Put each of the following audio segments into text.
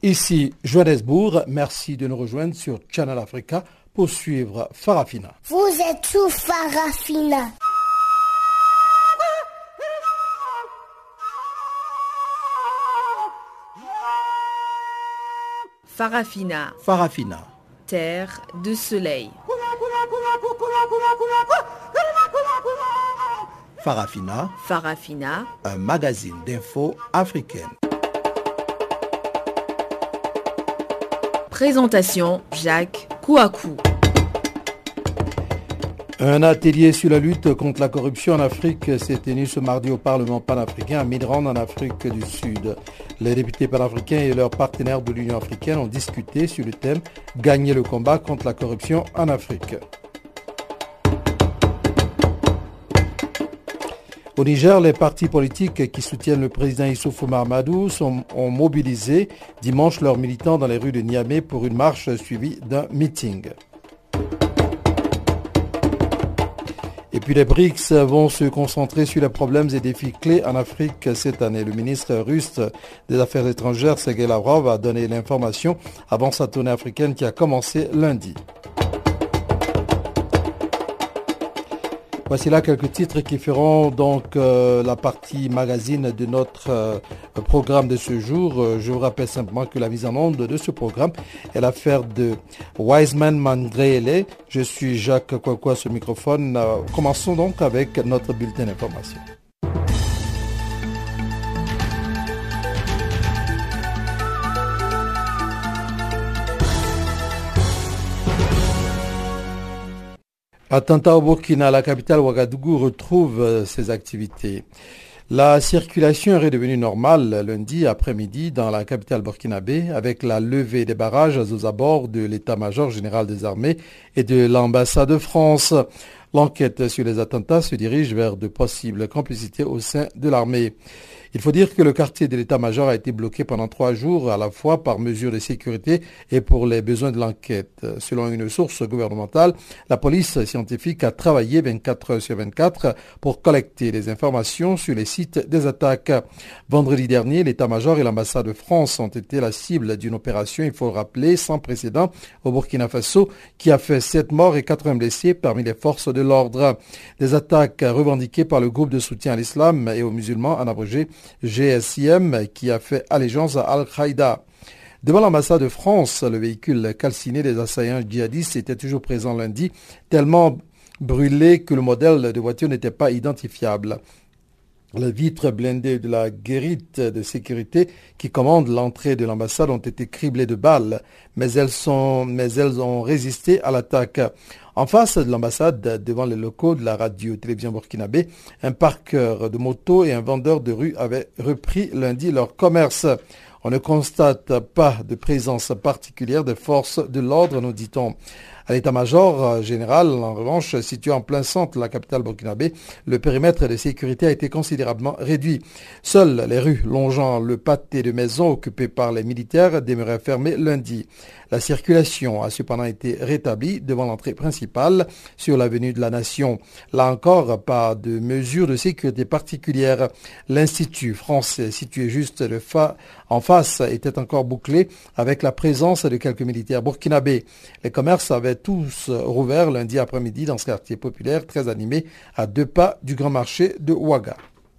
Ici Johannesburg, merci de nous rejoindre sur Channel Africa pour suivre Farafina. Vous êtes sous Farafina. Farafina. Farafina. Terre de soleil. Farafina. Farafina. Un magazine d'infos africaine. Présentation Jacques Kouakou. Un atelier sur la lutte contre la corruption en Afrique s'est tenu ce mardi au Parlement panafricain à Midrand en Afrique du Sud. Les députés panafricains et leurs partenaires de l'Union africaine ont discuté sur le thème « Gagner le combat contre la corruption en Afrique ». Au Niger, les partis politiques qui soutiennent le président Issoufou Mahamadou ont mobilisé dimanche leurs militants dans les rues de Niamey pour une marche suivie d'un meeting. Et puis les BRICS vont se concentrer sur les problèmes et défis clés en Afrique cette année. Le ministre russe des Affaires étrangères, Sergei Lavrov, a donné l'information avant sa tournée africaine qui a commencé lundi. Voici là quelques titres qui feront donc la partie magazine de notre programme de ce jour. Je vous rappelle simplement que la mise en onde de ce programme est l'affaire de Wiseman Mandrele. Je suis Jacques Kouakou à ce microphone. Commençons donc avec notre bulletin d'information. Attentat au Burkina, la capitale Ouagadougou retrouve ses activités. La circulation est redevenue normale lundi après-midi dans la capitale burkinabé avec la levée des barrages aux abords de l'état-major général des armées et de l'ambassade de France. L'enquête sur les attentats se dirige vers de possibles complicités au sein de l'armée. Il faut dire que le quartier de l'état-major a été bloqué pendant 3 jours à la fois par mesure de sécurité et pour les besoins de l'enquête. Selon une source gouvernementale, la police scientifique a travaillé 24 heures sur 24 pour collecter des informations sur les sites des attaques. Vendredi dernier, l'état-major et l'ambassade de France ont été la cible d'une opération, il faut le rappeler, sans précédent au Burkina Faso qui a fait 7 morts et 80 blessés parmi les forces de l'ordre. Des attaques revendiquées par le groupe de soutien à l'islam et aux musulmans, en abrégé GSIM, qui a fait allégeance à Al-Qaïda. Devant l'ambassade de France, le véhicule calciné des assaillants djihadistes était toujours présent lundi, tellement brûlé que le modèle de voiture n'était pas identifiable. Les vitres blindées de la guérite de sécurité qui commande l'entrée de l'ambassade ont été criblées de balles, mais elles ont résisté à l'attaque. En face de l'ambassade, devant les locaux de la radio-télévision burkinabé, un parqueur de moto et un vendeur de rue avaient repris lundi leur commerce. On ne constate pas de présence particulière des forces de l'ordre, nous dit-on. À l'état-major général, en revanche, situé en plein centre de la capitale burkinabé, le périmètre de sécurité a été considérablement réduit. Seules les rues longeant le pâté de maisons occupées par les militaires demeuraient fermées lundi. La circulation a cependant été rétablie devant l'entrée principale sur l'avenue de la Nation. Là encore, pas de mesures de sécurité particulières. L'Institut français, situé juste en face, était encore bouclé avec la présence de quelques militaires burkinabés. Les commerces avaient tous rouvert lundi après-midi dans ce quartier populaire très animé à 2 pas du grand marché de Ouaga.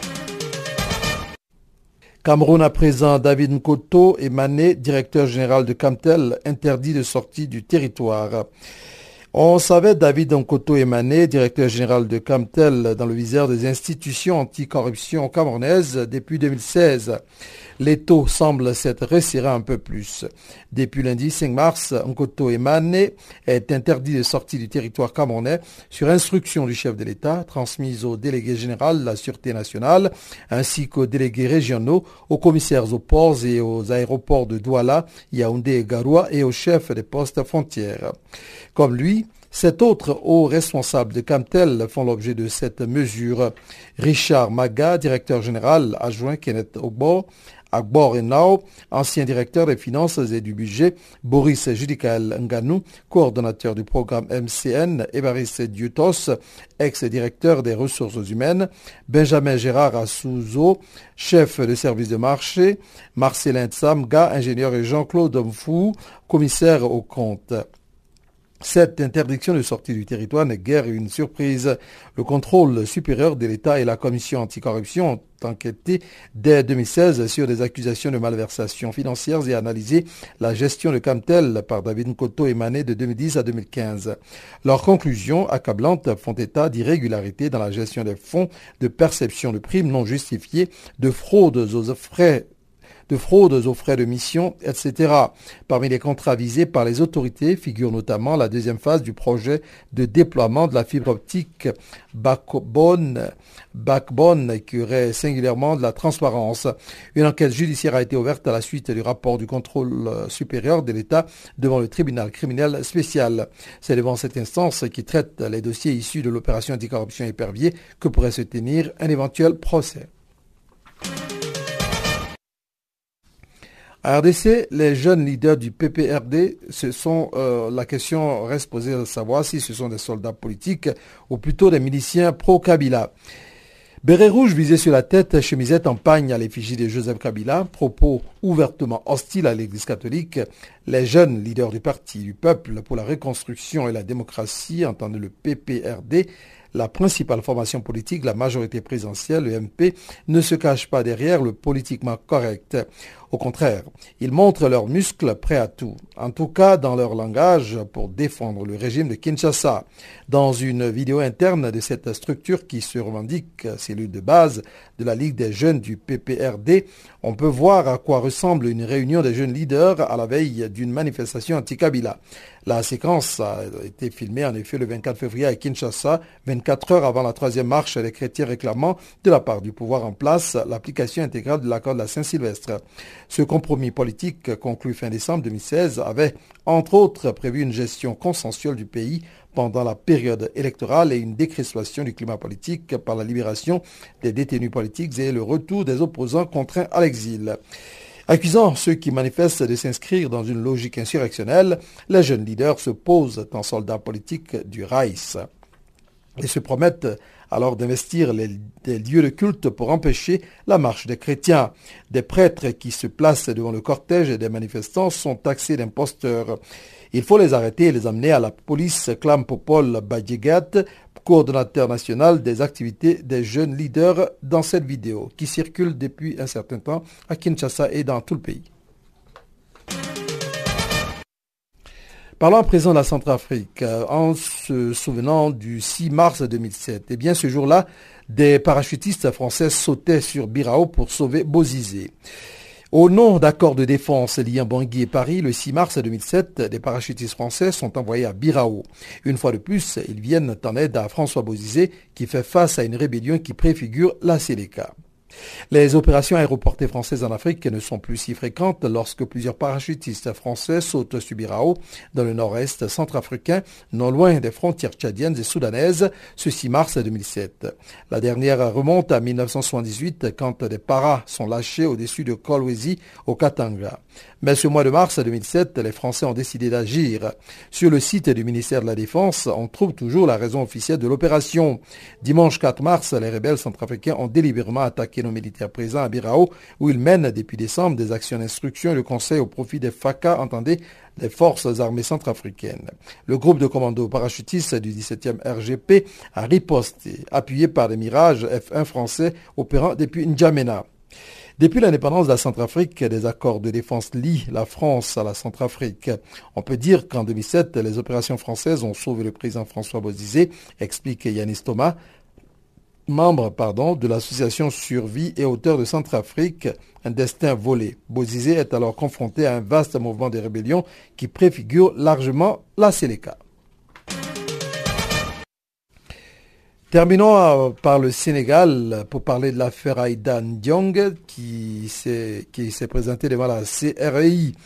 Cameroun à présent, David Nkoto et Mané, directeur général de Camtel, interdit de sortie du territoire. On savait David Nkoto et Mané, directeur général de Camtel, dans le viseur des institutions anticorruption camerounaises depuis 2016. L'étau semble s'être resserré un peu plus. Depuis lundi 5 mars, Nkoto et Mané est interdit de sortie du territoire camerounais sur instruction du chef de l'État, transmise au délégué général de la Sûreté nationale, ainsi qu'aux délégués régionaux, aux commissaires aux ports et aux aéroports de Douala, Yaoundé et Garoua et aux chefs des postes frontières. Comme lui, 7 autres hauts responsables de Camtel font l'objet de cette mesure. Richard Maga, directeur général adjoint Kenneth Agbor Enao, ancien directeur des finances et du budget, Boris Judikael Nganou, coordonnateur du programme MCN, Évariste Dieutos, ex-directeur des ressources humaines, Benjamin Gérard Assouzo, chef de service de marché, Marcelin Tsamga, ingénieur et Jean-Claude Mfou, commissaire aux comptes. Cette interdiction de sortie du territoire n'est guère une surprise. Le contrôle supérieur de l'État et la commission anticorruption ont enquêté dès 2016 sur des accusations de malversation financière et analysé la gestion de Camtel par David Nkoto émanée de 2010 à 2015. Leurs conclusions accablantes font état d'irrégularités dans la gestion des fonds, de perception de primes non justifiées, de fraudes aux frais de mission, etc. Parmi les contrats visés par les autorités figure notamment la deuxième phase du projet de déploiement de la fibre optique Backbone qui aurait singulièrement de la transparence. Une enquête judiciaire a été ouverte à la suite du rapport du contrôle supérieur de l'État devant le tribunal criminel spécial. C'est devant cette instance qui traite les dossiers issus de l'opération anticorruption Épervier que pourrait se tenir un éventuel procès. À RDC, les jeunes leaders du PPRD, la question reste posée de savoir si ce sont des soldats politiques ou plutôt des miliciens pro-Kabila. Béret rouge visé sur la tête, chemisette en pagne à l'effigie de Joseph Kabila, propos ouvertement hostiles à l'Église catholique. Les jeunes leaders du Parti du Peuple pour la reconstruction et la démocratie, entendent le PPRD, la principale formation politique, la majorité présidentielle, le MP, ne se cache pas derrière le politiquement correct. Au contraire, ils montrent leurs muscles prêts à tout, en tout cas dans leur langage pour défendre le régime de Kinshasa. Dans une vidéo interne de cette structure qui se revendique cellule de base de la Ligue des jeunes du PPRD, on peut voir à quoi ressemble une réunion des jeunes leaders à la veille d'une manifestation anti-Kabila. La séquence a été filmée en effet le 24 février à Kinshasa, 24 heures avant la troisième marche des chrétiens réclamant de la part du pouvoir en place l'application intégrale de l'accord de la Saint-Sylvestre. Ce compromis politique conclu fin décembre 2016 avait, entre autres, prévu une gestion consensuelle du pays pendant la période électorale et une décrispation du climat politique par la libération des détenus politiques et le retour des opposants contraints à l'exil. Accusant ceux qui manifestent de s'inscrire dans une logique insurrectionnelle, les jeunes leaders se posent en soldats politiques du Raïs et se promettent alors d'investir des lieux de culte pour empêcher la marche des chrétiens. Des prêtres qui se placent devant le cortège des manifestants sont taxés d'imposteurs. Il faut les arrêter et les amener à la police, clame Popol Badjegat, coordonnateur national des activités des jeunes leaders dans cette vidéo qui circule depuis un certain temps à Kinshasa et dans tout le pays. Parlons à présent de la Centrafrique, en se souvenant du 6 mars 2007. Eh bien, ce jour-là, des parachutistes français sautaient sur Birao pour sauver Bozizé. Au nom d'accords de défense liant Bangui et Paris, le 6 mars 2007, des parachutistes français sont envoyés à Birao. Une fois de plus, ils viennent en aide à François Bozizé qui fait face à une rébellion qui préfigure la Séléka. Les opérations aéroportées françaises en Afrique ne sont plus si fréquentes lorsque plusieurs parachutistes français sautent sur Birao, dans le nord-est centrafricain, non loin des frontières tchadiennes et soudanaises, ce 6 mars 2007. La dernière remonte à 1978, quand des paras sont lâchés au-dessus de Kolwezi, au Katanga. Mais ce mois de mars 2007, les Français ont décidé d'agir. Sur le site du ministère de la Défense, on trouve toujours la raison officielle de l'opération. Dimanche 4 mars, les rebelles centrafricains ont délibérément attaqué nos militaires présents à Birao, où ils mènent depuis décembre des actions d'instruction et de conseil au profit des FACA, entendez, des forces armées centrafricaines. Le groupe de commandos parachutistes du 17e RGP a riposté, appuyé par des Mirage F1 français opérant depuis N'Djamena. Depuis l'indépendance de la Centrafrique, des accords de défense lient la France à la Centrafrique. On peut dire qu'en 2007, les opérations françaises ont sauvé le président François Bozizé, explique Yanis Thomas, membre de l'association Survie et auteur de Centrafrique, un destin volé. Bozizé est alors confronté à un vaste mouvement de rébellion qui préfigure largement la Séléka. Terminons par le Sénégal pour parler de l'affaire Aïda Ndiong qui s'est présentée devant la CREI.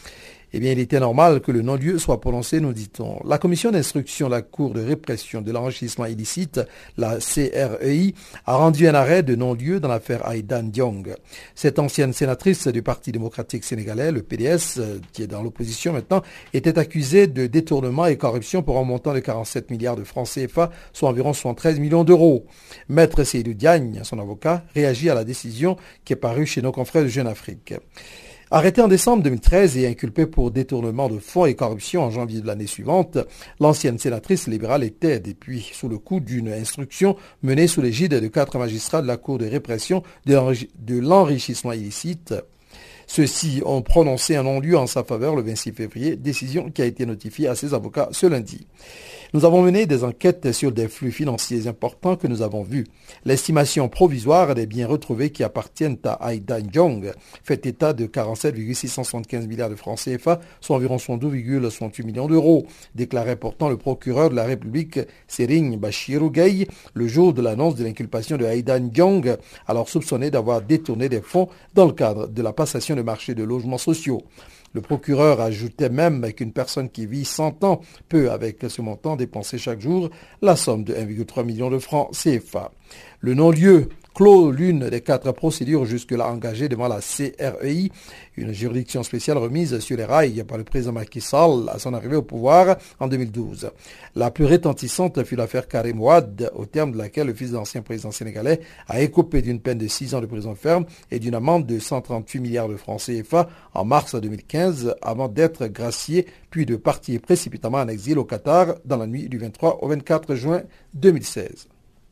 il était normal que le non-lieu soit prononcé, nous dit-on. La commission d'instruction de la Cour de répression de l'enrichissement illicite, la CREI, a rendu un arrêt de non-lieu dans l'affaire Aïda Ndiong. Cette ancienne sénatrice du Parti démocratique sénégalais, le PDS, qui est dans l'opposition maintenant, était accusée de détournement et corruption pour un montant de 47 milliards de francs CFA, soit environ 73 millions d'euros. Maître Seydou Diagne, son avocat, réagit à la décision qui est parue chez nos confrères de Jeune Afrique. Arrêté en décembre 2013 et inculpé pour détournement de fonds et corruption en janvier de l'année suivante, l'ancienne sénatrice libérale était depuis sous le coup d'une instruction menée sous l'égide de 4 magistrats de la Cour de répression de l'enrichissement illicite. Ceux-ci ont prononcé un non-lieu en sa faveur le 26 février, décision qui a été notifiée à ses avocats ce lundi. Nous avons mené des enquêtes sur des flux financiers importants que nous avons vus. L'estimation provisoire des biens retrouvés qui appartiennent à Aïda Ndiong fait état de 47,675 milliards de francs CFA, soit environ 112,68 millions d'euros, déclarait pourtant le procureur de la République, Serigne Bachirou Gueye, le jour de l'annonce de l'inculpation de Aïda Ndiong, alors soupçonné d'avoir détourné des fonds dans le cadre de la passation de marché de logements sociaux. Le procureur ajoutait même qu'une personne qui vit 100 ans peut, avec ce montant, dépenser chaque jour la somme de 1,3 million de francs CFA. Le non-lieu clôt l'une des 4 procédures jusque-là engagées devant la CREI, une juridiction spéciale remise sur les rails par le président Macky Sall à son arrivée au pouvoir en 2012. La plus retentissante fut l'affaire Karim Wade, au terme de laquelle le fils de l'ancien président sénégalais a écopé d'une peine de 6 ans de prison ferme et d'une amende de 138 milliards de francs CFA en mars 2015 avant d'être gracié puis de partir précipitamment en exil au Qatar dans la nuit du 23 au 24 juin 2016.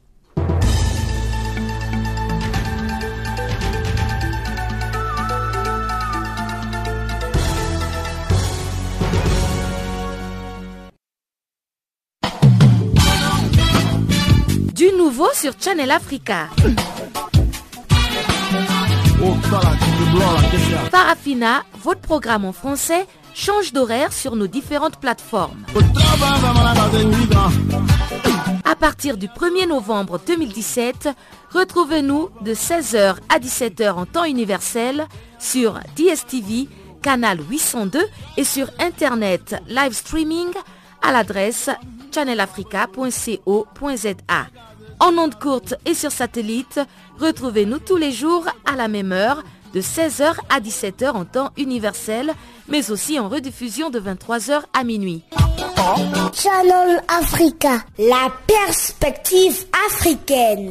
Du nouveau sur Channel Africa. Farafina, votre programme en français, change d'horaire sur nos différentes plateformes. À partir du 1er novembre 2017, retrouvez-nous de 16h à 17h en temps universel sur DSTV, canal 802 et sur Internet live streaming à l'adresse channelafrica.co.za. En ondes courtes et sur satellite, retrouvez-nous tous les jours à la même heure, de 16h à 17h en temps universel, mais aussi en rediffusion de 23h à minuit. Channel Africa, la perspective africaine.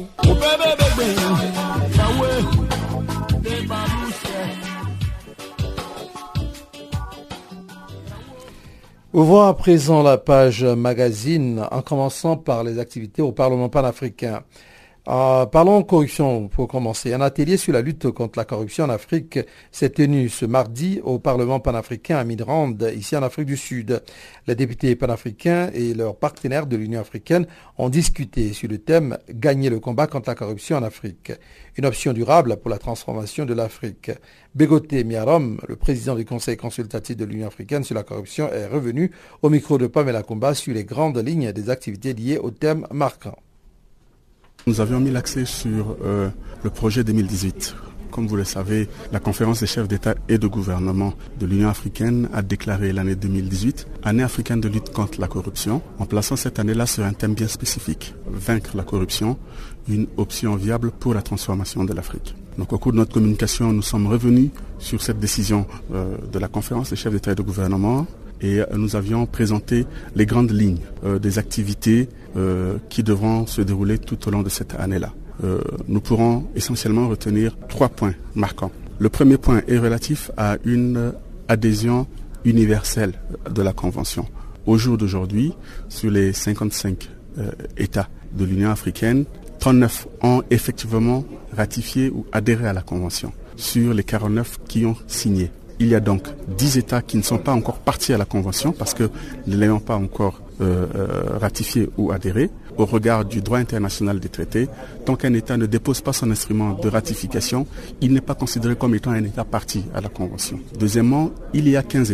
Ouvrons à présent la page magazine en commençant par les activités au Parlement panafricain. Parlons corruption pour commencer. Un atelier sur la lutte contre la corruption en Afrique s'est tenu ce mardi au Parlement panafricain à Midrand, ici en Afrique du Sud. Les députés panafricains et leurs partenaires de l'Union africaine ont discuté sur le thème « Gagner le combat contre la corruption en Afrique ». Une option durable pour la transformation de l'Afrique. Begote Miarom, le président du Conseil consultatif de l'Union africaine sur la corruption, est revenu au micro de Pamela Kumba sur les grandes lignes des activités liées au thème marquant. Nous avions mis l'accent sur le projet 2018. Comme vous le savez, la conférence des chefs d'État et de gouvernement de l'Union africaine a déclaré l'année 2018 année africaine de lutte contre la corruption, en plaçant cette année-là sur un thème bien spécifique, vaincre la corruption, une option viable pour la transformation de l'Afrique. Donc au cours de notre communication, nous sommes revenus sur cette décision de la conférence des chefs d'État et de gouvernement et nous avions présenté les grandes lignes des activités qui devront se dérouler tout au long de cette année-là. Nous pourrons essentiellement retenir 3 points marquants. Le premier point est relatif à une adhésion universelle de la Convention. Au jour d'aujourd'hui, sur les 55 États de l'Union africaine, 39 ont effectivement ratifié ou adhéré à la Convention, sur les 49 qui ont signé. Il y a donc 10 États qui ne sont pas encore partis à la Convention parce que ne l'ayant pas encore ratifié ou adhéré. Au regard du droit international des traités, tant qu'un État ne dépose pas son instrument de ratification, il n'est pas considéré comme étant un État parti à la Convention. Deuxièmement, il y a 15 États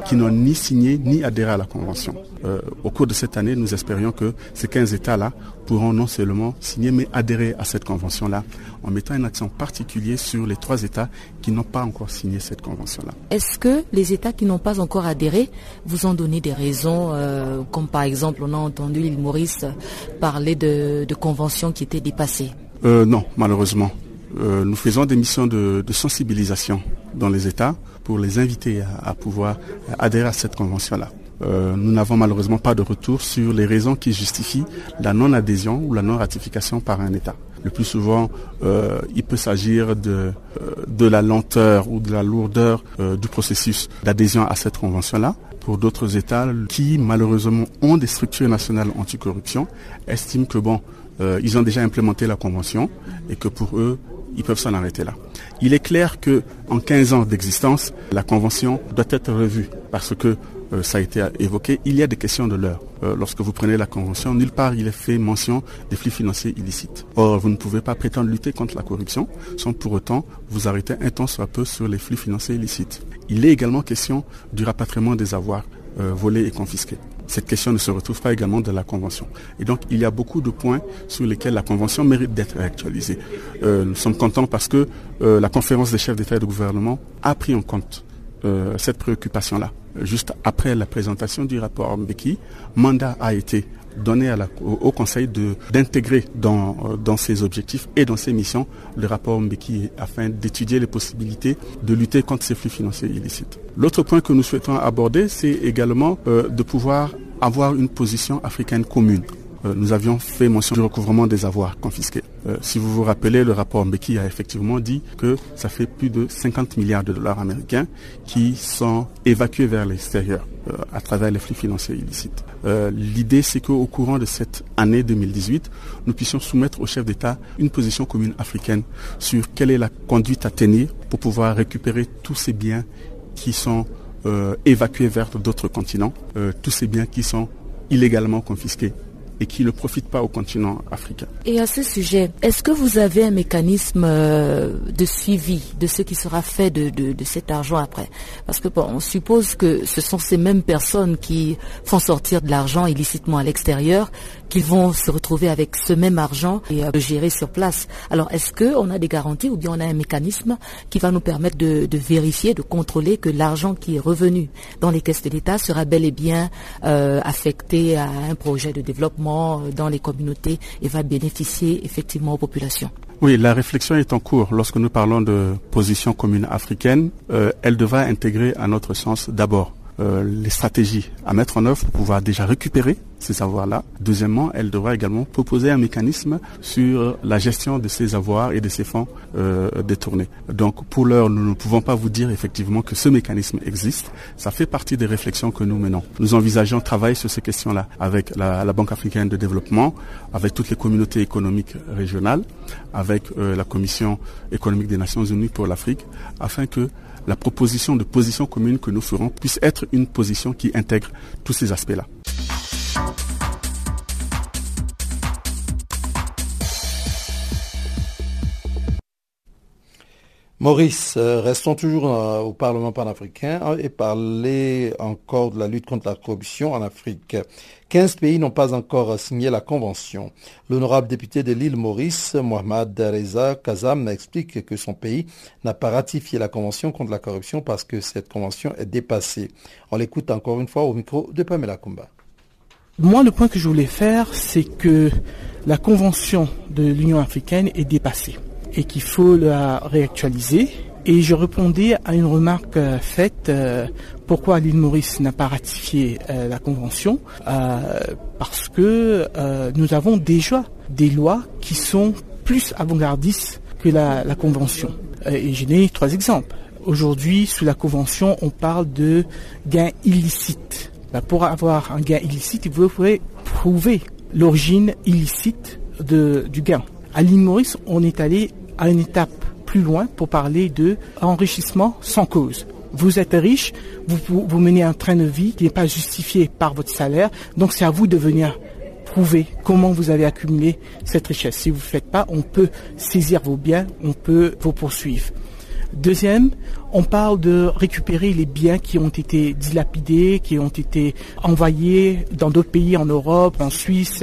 qui n'ont ni signé ni adhéré à la Convention. Au cours de cette année, nous espérions que ces 15 États-là pourront non seulement signer, mais adhérer à cette Convention-là, en mettant un accent particulier sur les 3 États qui n'ont pas encore signé cette Convention-là. Est-ce que les États qui n'ont pas encore adhéré vous ont donné des raisons, comme par exemple, on a entendu l'île Maurice parler de conventions qui étaient dépassées? Non, malheureusement. Nous faisons des missions de sensibilisation dans les États pour les inviter à pouvoir adhérer à cette Convention-là. Nous n'avons malheureusement pas de retour sur les raisons qui justifient la non-adhésion ou la non-ratification par un État. Le plus souvent, il peut s'agir de la lenteur ou de la lourdeur du processus d'adhésion à cette Convention-là. Pour d'autres États qui, malheureusement, ont des structures nationales anticorruption, estiment que ils ont déjà implémenté la Convention et que pour eux, ils peuvent s'en arrêter là. Il est clair qu'en 15 ans d'existence, la Convention doit être revue parce que ça a été évoqué, il y a des questions de l'heure. Lorsque vous prenez la Convention, nulle part il est fait mention des flux financiers illicites. Or, vous ne pouvez pas prétendre lutter contre la corruption sans pour autant vous arrêter un temps soit peu sur les flux financiers illicites. Il est également question du rapatriement des avoirs volés et confisqués. Cette question ne se retrouve pas également dans la Convention. Et donc, il y a beaucoup de points sur lesquels la Convention mérite d'être réactualisée. Nous sommes contents parce que la conférence des chefs d'État et de gouvernement a pris en compte cette préoccupation-là. Juste après la présentation du rapport Mbeki, mandat a été donné au Conseil d'intégrer dans ses objectifs et dans ses missions le rapport Mbeki afin d'étudier les possibilités de lutter contre ces flux financiers illicites. L'autre point que nous souhaitons aborder, c'est également de pouvoir avoir une position africaine commune. Nous avions fait mention du recouvrement des avoirs confisqués. Si vous vous rappelez, le rapport Mbeki a effectivement dit que ça fait plus de 50 milliards de dollars américains qui sont évacués vers l'extérieur à travers les flux financiers illicites. L'idée, c'est qu'au courant de cette année 2018, nous puissions soumettre aux chefs d'État une position commune africaine sur quelle est la conduite à tenir pour pouvoir récupérer tous ces biens qui sont évacués vers d'autres continents, tous ces biens qui sont illégalement confisqués et qui ne profitent pas au continent africain. Et à ce sujet, est-ce que vous avez un mécanisme de suivi de ce qui sera fait de cet argent après? Parce que on suppose que ce sont ces mêmes personnes qui font sortir de l'argent illicitement à l'extérieur, qui vont se retrouver avec ce même argent et le gérer sur place. Alors, est-ce qu'on a des garanties ou bien on a un mécanisme qui va nous permettre de vérifier, de contrôler que l'argent qui est revenu dans les caisses de l'État sera bel et bien affecté à un projet de développement dans les communautés et va bénéficier effectivement aux populations? Oui, la réflexion est en cours. Lorsque nous parlons de position commune africaine, elle devra intégrer, à notre sens, d'abord les stratégies à mettre en œuvre pour pouvoir déjà récupérer ces savoirs-là. Deuxièmement, elle devra également proposer un mécanisme sur la gestion de ces avoirs et de ces fonds détournés. Donc, pour l'heure, nous ne pouvons pas vous dire effectivement que ce mécanisme existe. Ça fait partie des réflexions que nous menons. Nous envisageons travailler sur ces questions-là avec la Banque africaine de développement, avec toutes les communautés économiques régionales, avec la Commission économique des Nations Unies pour l'Afrique, afin que la proposition de position commune que nous ferons puisse être une position qui intègre tous ces aspects-là. Maurice, restons toujours au Parlement panafricain et parler encore de la lutte contre la corruption en Afrique. 15 pays n'ont pas encore signé la Convention. L'honorable député de l'île Maurice, Mohamed Reza Kazam, explique que son pays n'a pas ratifié la Convention contre la corruption parce que cette Convention est dépassée. On l'écoute encore une fois au micro de Pamela Kumba. Moi, le point que je voulais faire, c'est que la Convention de l'Union africaine est dépassée et qu'il faut la réactualiser. Et je répondais à une remarque faite, pourquoi l'île Maurice n'a pas ratifié la Convention, parce que nous avons déjà des lois qui sont plus avant-gardistes que la Convention. Et je n'ai 3 exemples. Aujourd'hui, sous la Convention, on parle de gains illicites. Pour avoir un gain illicite, il faudrait prouver l'origine illicite du gain. À l'île Maurice, on est allé à une étape plus loin pour parler de enrichissement sans cause. Vous êtes riche, vous menez un train de vie qui n'est pas justifié par votre salaire, donc c'est à vous de venir prouver comment vous avez accumulé cette richesse. Si vous ne le faites pas, on peut saisir vos biens, on peut vous poursuivre. Deuxième, on parle de récupérer les biens qui ont été dilapidés, qui ont été envoyés dans d'autres pays en Europe, en Suisse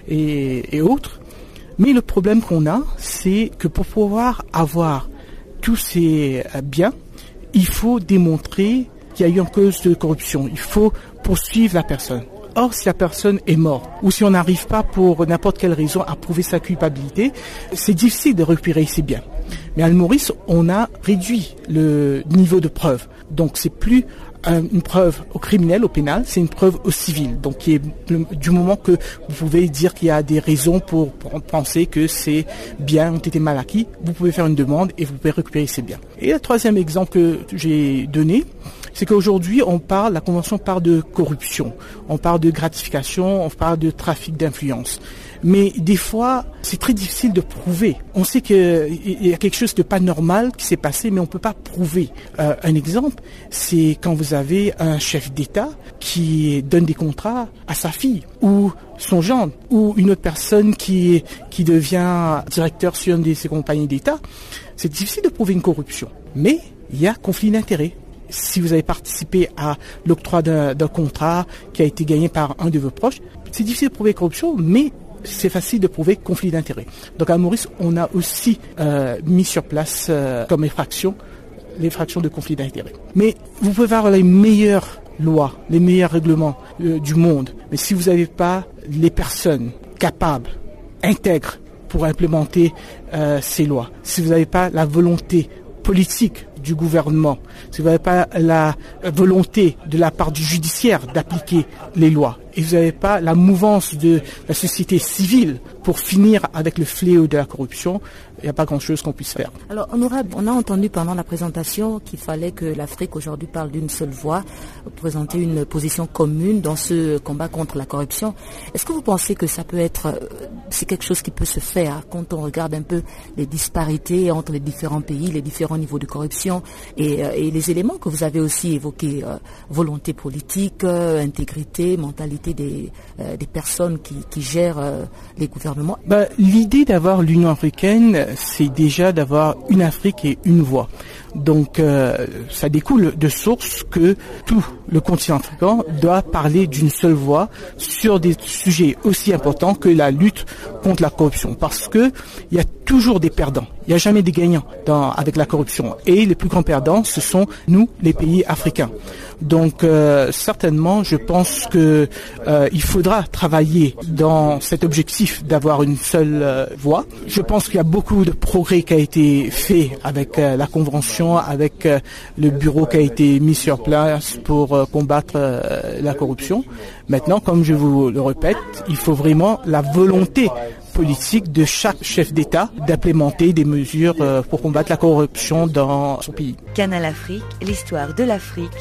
et autres. Mais le problème qu'on a, c'est que pour pouvoir avoir tous ces biens, il faut démontrer qu'il y a eu une cause de corruption. Il faut poursuivre la personne. Or, si la personne est morte, ou si on n'arrive pas pour n'importe quelle raison à prouver sa culpabilité, c'est difficile de récupérer ses biens. Mais à l'île Maurice, on a réduit le niveau de preuve. Donc, c'est plus une preuve au criminel, au pénal, c'est une preuve au civil. Donc, qui est du moment que vous pouvez dire qu'il y a des raisons pour penser que ces biens ont été mal acquis, vous pouvez faire une demande et vous pouvez récupérer ces biens. Et le troisième exemple que j'ai donné, c'est qu'aujourd'hui, la Convention parle de corruption, on parle de gratification, on parle de trafic d'influence. Mais des fois, c'est très difficile de prouver. On sait qu'il y a quelque chose de pas normal qui s'est passé, mais on peut pas prouver. Un exemple, c'est quand vous avez un chef d'État qui donne des contrats à sa fille, ou son gendre, ou une autre personne qui devient directeur sur une de ces compagnies d'État. C'est difficile de prouver une corruption. Mais il y a conflit d'intérêts. Si vous avez participé à l'octroi d'un contrat qui a été gagné par un de vos proches, c'est difficile de prouver corruption, mais c'est facile de prouver conflit d'intérêts. Donc à Maurice, on a aussi mis sur place comme infraction l'infraction de conflit d'intérêts. Mais vous pouvez avoir les meilleures lois, les meilleurs règlements du monde, mais si vous n'avez pas les personnes capables, intègres pour implémenter ces lois, si vous n'avez pas la volonté politique du gouvernement, si vous n'avez pas la volonté de la part du judiciaire d'appliquer les lois, et vous n'avez pas la mouvance de la société civile pour finir avec le fléau de la corruption, il n'y a pas grand-chose qu'on puisse faire. Alors, honorable, on a entendu pendant la présentation qu'il fallait que l'Afrique aujourd'hui parle d'une seule voix, présenter une position commune dans ce combat contre la corruption. Est-ce que vous pensez que ça peut être, c'est quelque chose qui peut se faire quand on regarde un peu les disparités entre les différents pays, les différents niveaux de corruption et les éléments que vous avez aussi évoqués, volonté politique, intégrité, mentalité des personnes qui gèrent les gouvernements? L'idée d'avoir l'Union africaine, c'est déjà d'avoir une Afrique et une voix. Donc ça découle de source que tout le continent africain doit parler d'une seule voix sur des sujets aussi importants que la lutte contre la corruption, parce que il y a toujours des perdants, il n'y a jamais des gagnants avec la corruption, et les plus grands perdants ce sont nous, les pays africains. Donc certainement je pense que il faudra travailler dans cet objectif d'avoir une seule voix. Je pense qu'il y a beaucoup de progrès qui a été fait avec la convention, avec le bureau qui a été mis sur place pour combattre la corruption. Maintenant, comme je vous le répète, il faut vraiment la volonté politique de chaque chef d'État d'implémenter des mesures pour combattre la corruption dans son pays. Canal Afrique, l'histoire de l'Afrique,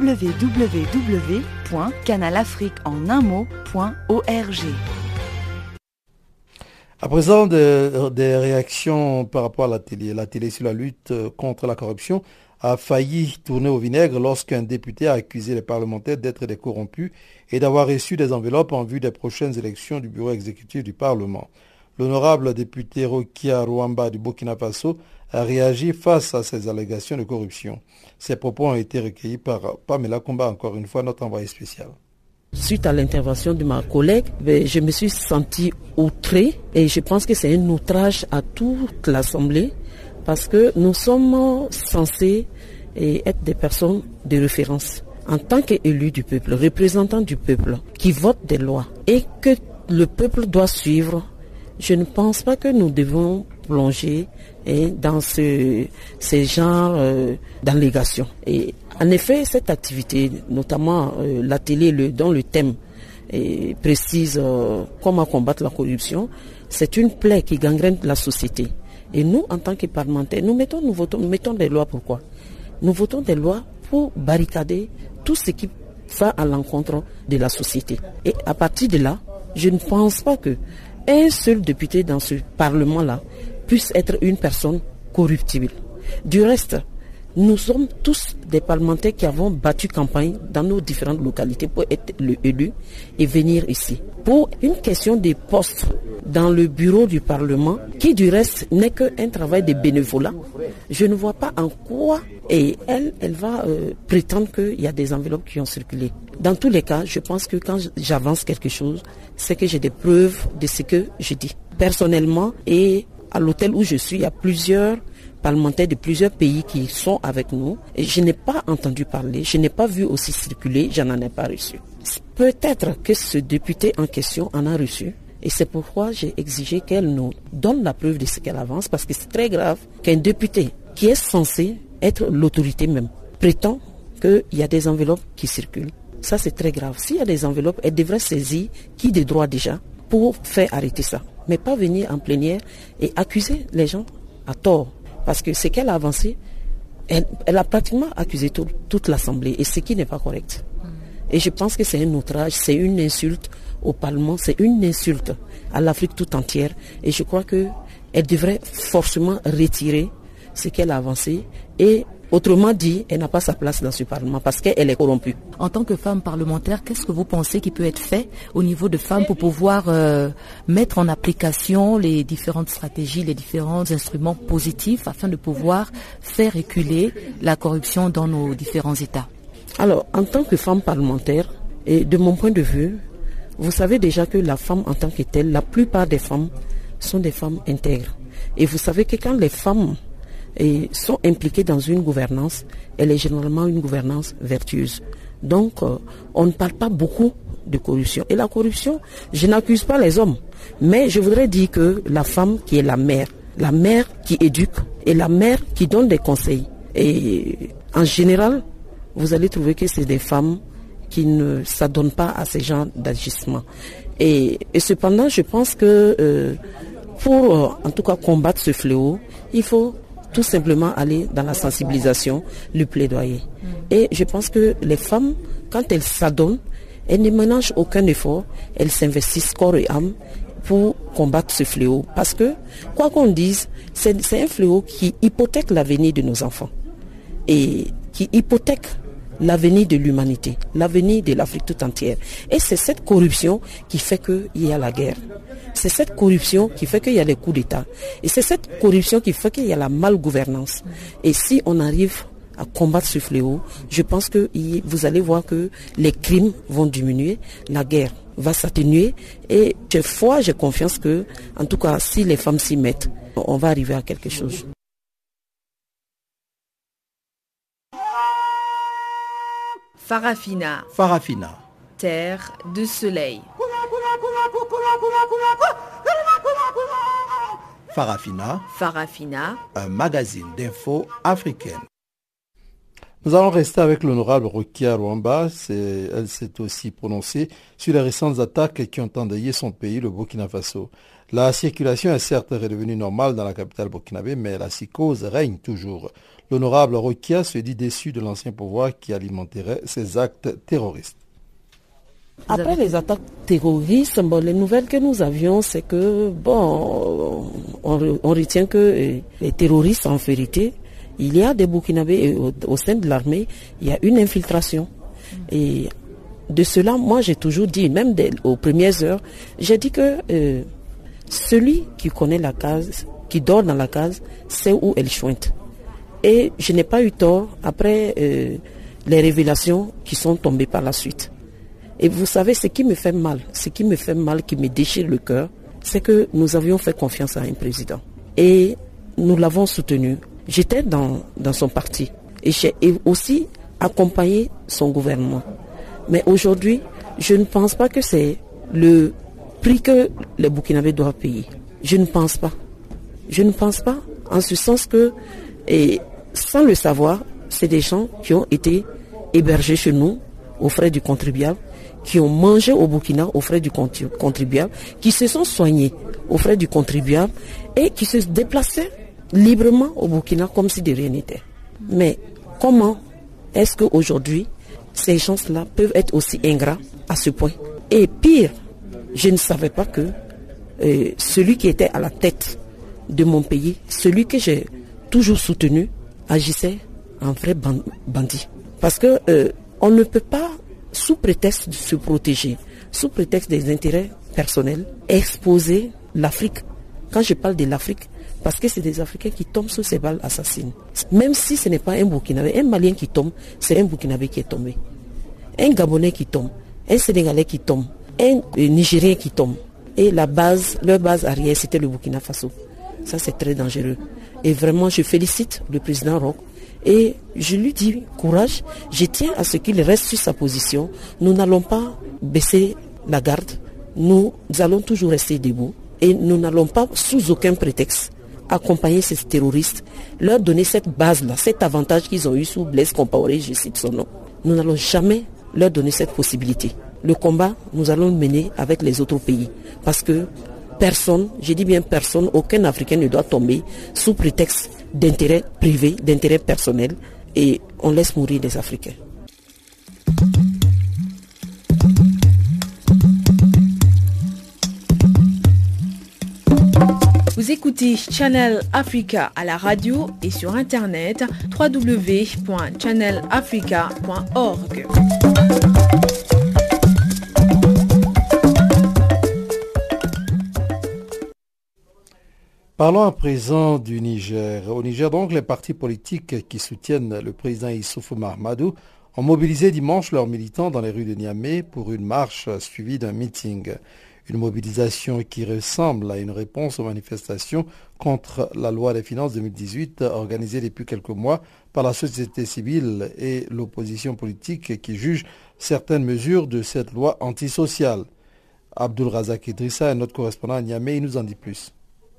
www.canalafriqueenunmot.org. À présent, des réactions par rapport à la télé. La télé sur la lutte contre la corruption a failli tourner au vinaigre lorsqu'un député a accusé les parlementaires d'être des corrompus et d'avoir reçu des enveloppes en vue des prochaines élections du bureau exécutif du Parlement. L'honorable député Rokia Rouamba du Burkina Faso a réagi face à ces allégations de corruption. Ces propos ont été recueillis par Pamela Kumba, encore une fois notre envoyé spécial. Suite à l'intervention de ma collègue, je me suis sentie outrée et je pense que c'est un outrage à toute l'Assemblée parce que nous sommes censés être des personnes de référence. En tant qu'élus du peuple, représentants du peuple, qui votent des lois et que le peuple doit suivre, je ne pense pas que nous devons plonger dans ce genre d'allégations. Et en effet, cette activité, notamment la télé, dont le thème précise comment combattre la corruption, c'est une plaie qui gangrène la société. Et nous, en tant que parlementaires, nous mettons des lois. Pourquoi? Nous votons des lois pour barricader tout ce qui va à l'encontre de la société. Et à partir de là, je ne pense pas que un seul député dans ce Parlement-là puisse être une personne corruptible. Du reste, nous sommes tous des parlementaires qui avons battu campagne dans nos différentes localités pour être élus et venir ici. Pour une question de poste dans le bureau du Parlement, qui du reste n'est qu'un travail de bénévolat, je ne vois pas en quoi et elle va prétendre qu'il y a des enveloppes qui ont circulé. Dans tous les cas, je pense que quand j'avance quelque chose, c'est que j'ai des preuves de ce que je dis. Personnellement, et à l'hôtel où je suis, il y a plusieurs parlementaires de plusieurs pays qui sont avec nous. Et je n'ai pas entendu parler, je n'ai pas vu aussi circuler, je n'en ai pas reçu. Peut-être que ce député en question en a reçu. Et c'est pourquoi j'ai exigé qu'elle nous donne la preuve de ce qu'elle avance, parce que c'est très grave qu'un député qui est censé être l'autorité même prétend qu'il y a des enveloppes qui circulent. Ça, c'est très grave. S'il y a des enveloppes, elle devrait saisir qui des droits déjà pour faire arrêter ça. Mais pas venir en plénière et accuser les gens à tort. Parce que ce qu'elle a avancé, elle a pratiquement accusé toute l'Assemblée, et ce qui n'est pas correct. Et je pense que c'est un outrage, c'est une insulte au Parlement, c'est une insulte à l'Afrique tout entière. Et je crois qu'elle devrait forcément retirer ce qu'elle a avancé. Et autrement dit, elle n'a pas sa place dans ce Parlement parce qu'elle est corrompue. En tant que femme parlementaire, qu'est-ce que vous pensez qui peut être fait au niveau de femmes pour pouvoir mettre en application les différentes stratégies, les différents instruments positifs afin de pouvoir faire reculer la corruption dans nos différents États? Alors, en tant que femme parlementaire, et de mon point de vue, vous savez déjà que la femme en tant que telle, la plupart des femmes sont des femmes intègres. Et vous savez que quand les femmes sont impliquées dans une gouvernance, elle est généralement une gouvernance vertueuse. Donc, on ne parle pas beaucoup de corruption. Et la corruption, je n'accuse pas les hommes, mais je voudrais dire que la femme qui est la mère qui éduque et la mère qui donne des conseils. Et en général, vous allez trouver que c'est des femmes qui ne s'adonnent pas à ces genres d'agissements. Et cependant, je pense que pour en tout cas combattre ce fléau, il faut tout simplement aller dans la sensibilisation, le plaidoyer. Et je pense que les femmes, quand elles s'adonnent, elles ne ménagent aucun effort, elles s'investissent corps et âme pour combattre ce fléau. Parce que, quoi qu'on dise, c'est un fléau qui hypothèque l'avenir de nos enfants et qui hypothèque l'avenir de l'humanité, l'avenir de l'Afrique tout entière. Et c'est cette corruption qui fait qu'il y a la guerre. C'est cette corruption qui fait qu'il y a les coups d'État. Et c'est cette corruption qui fait qu'il y a la malgouvernance. Et si on arrive à combattre ce fléau, je pense que vous allez voir que les crimes vont diminuer, la guerre va s'atténuer. Et j'ai confiance que, en tout cas, si les femmes s'y mettent, on va arriver à quelque chose. Farafina. Terre de soleil. Farafina. Un magazine d'infos africaine. Nous allons rester avec l'honorable Rokia Rwamba. Elle s'est aussi prononcée sur les récentes attaques qui ont endeuillé son pays, le Burkina Faso. La circulation est certes redevenue normale dans la capitale burkinabé, mais la psychose règne toujours. L'honorable Rokia se dit déçu de l'ancien pouvoir qui alimenterait ces actes terroristes. Après les attaques terroristes, les nouvelles que nous avions, c'est que, on retient que les terroristes, en vérité, il y a des Burkinabés au sein de l'armée, il y a une infiltration. Et de cela, moi, j'ai toujours dit, même aux premières heures, j'ai dit que celui qui connaît la case, qui dort dans la case, sait où elle chointe. Et je n'ai pas eu tort après les révélations qui sont tombées par la suite. Et vous savez, ce qui me fait mal, qui me déchire le cœur, c'est que nous avions fait confiance à un président. Et nous l'avons soutenu. J'étais dans son parti. Et j'ai aussi accompagné son gouvernement. Mais aujourd'hui, je ne pense pas que c'est le prix que les Burkinabés doivent payer. Je ne pense pas. En ce sens que, et sans le savoir, c'est des gens qui ont été hébergés chez nous aux frais du contribuable, qui ont mangé au Burkina aux frais du contribuable, qui se sont soignés aux frais du contribuable et qui se déplaçaient librement au Burkina comme si de rien n'était. Mais comment est-ce qu'aujourd'hui, ces gens-là peuvent être aussi ingrats à ce point? Et pire, je ne savais pas que celui qui était à la tête de mon pays, celui que j'ai toujours soutenu, agissait un vrai bandit. Parce que on ne peut pas, sous prétexte de se protéger, sous prétexte des intérêts personnels, exposer l'Afrique. Quand je parle de l'Afrique, parce que c'est des Africains qui tombent sous ces balles assassines. Même si ce n'est pas un Burkinabé, un Malien qui tombe, c'est un Burkinabé qui est tombé. Un Gabonais qui tombe, un Sénégalais qui tombe, un Nigérien qui tombe. Et leur base arrière, c'était le Burkina Faso. Ça, c'est très dangereux. Et vraiment, je félicite le président Roch. Et je lui dis courage, je tiens à ce qu'il reste sur sa position. Nous n'allons pas baisser la garde. Nous allons toujours rester debout. Et nous n'allons pas, sous aucun prétexte, accompagner ces terroristes, leur donner cette base-là, cet avantage qu'ils ont eu sous Blaise Compaoré, je cite son nom. Nous n'allons jamais leur donner cette possibilité. Le combat, nous allons le mener avec les autres pays. Parce que personne, je dis bien personne, aucun Africain ne doit tomber sous prétexte d'intérêt privé, d'intérêt personnel, et on laisse mourir les Africains. Vous écoutez Channel Africa à la radio et sur internet www.channelafrica.org. Parlons à présent du Niger. Au Niger, donc, les partis politiques qui soutiennent le président Issoufou Mahamadou ont mobilisé dimanche leurs militants dans les rues de Niamey pour une marche suivie d'un meeting. Une mobilisation qui ressemble à une réponse aux manifestations contre la loi des finances 2018 organisée depuis quelques mois par la société civile et l'opposition politique qui jugent certaines mesures de cette loi antisociale. Abdul Razak Idrissa est notre correspondant à Niamey, il nous en dit plus.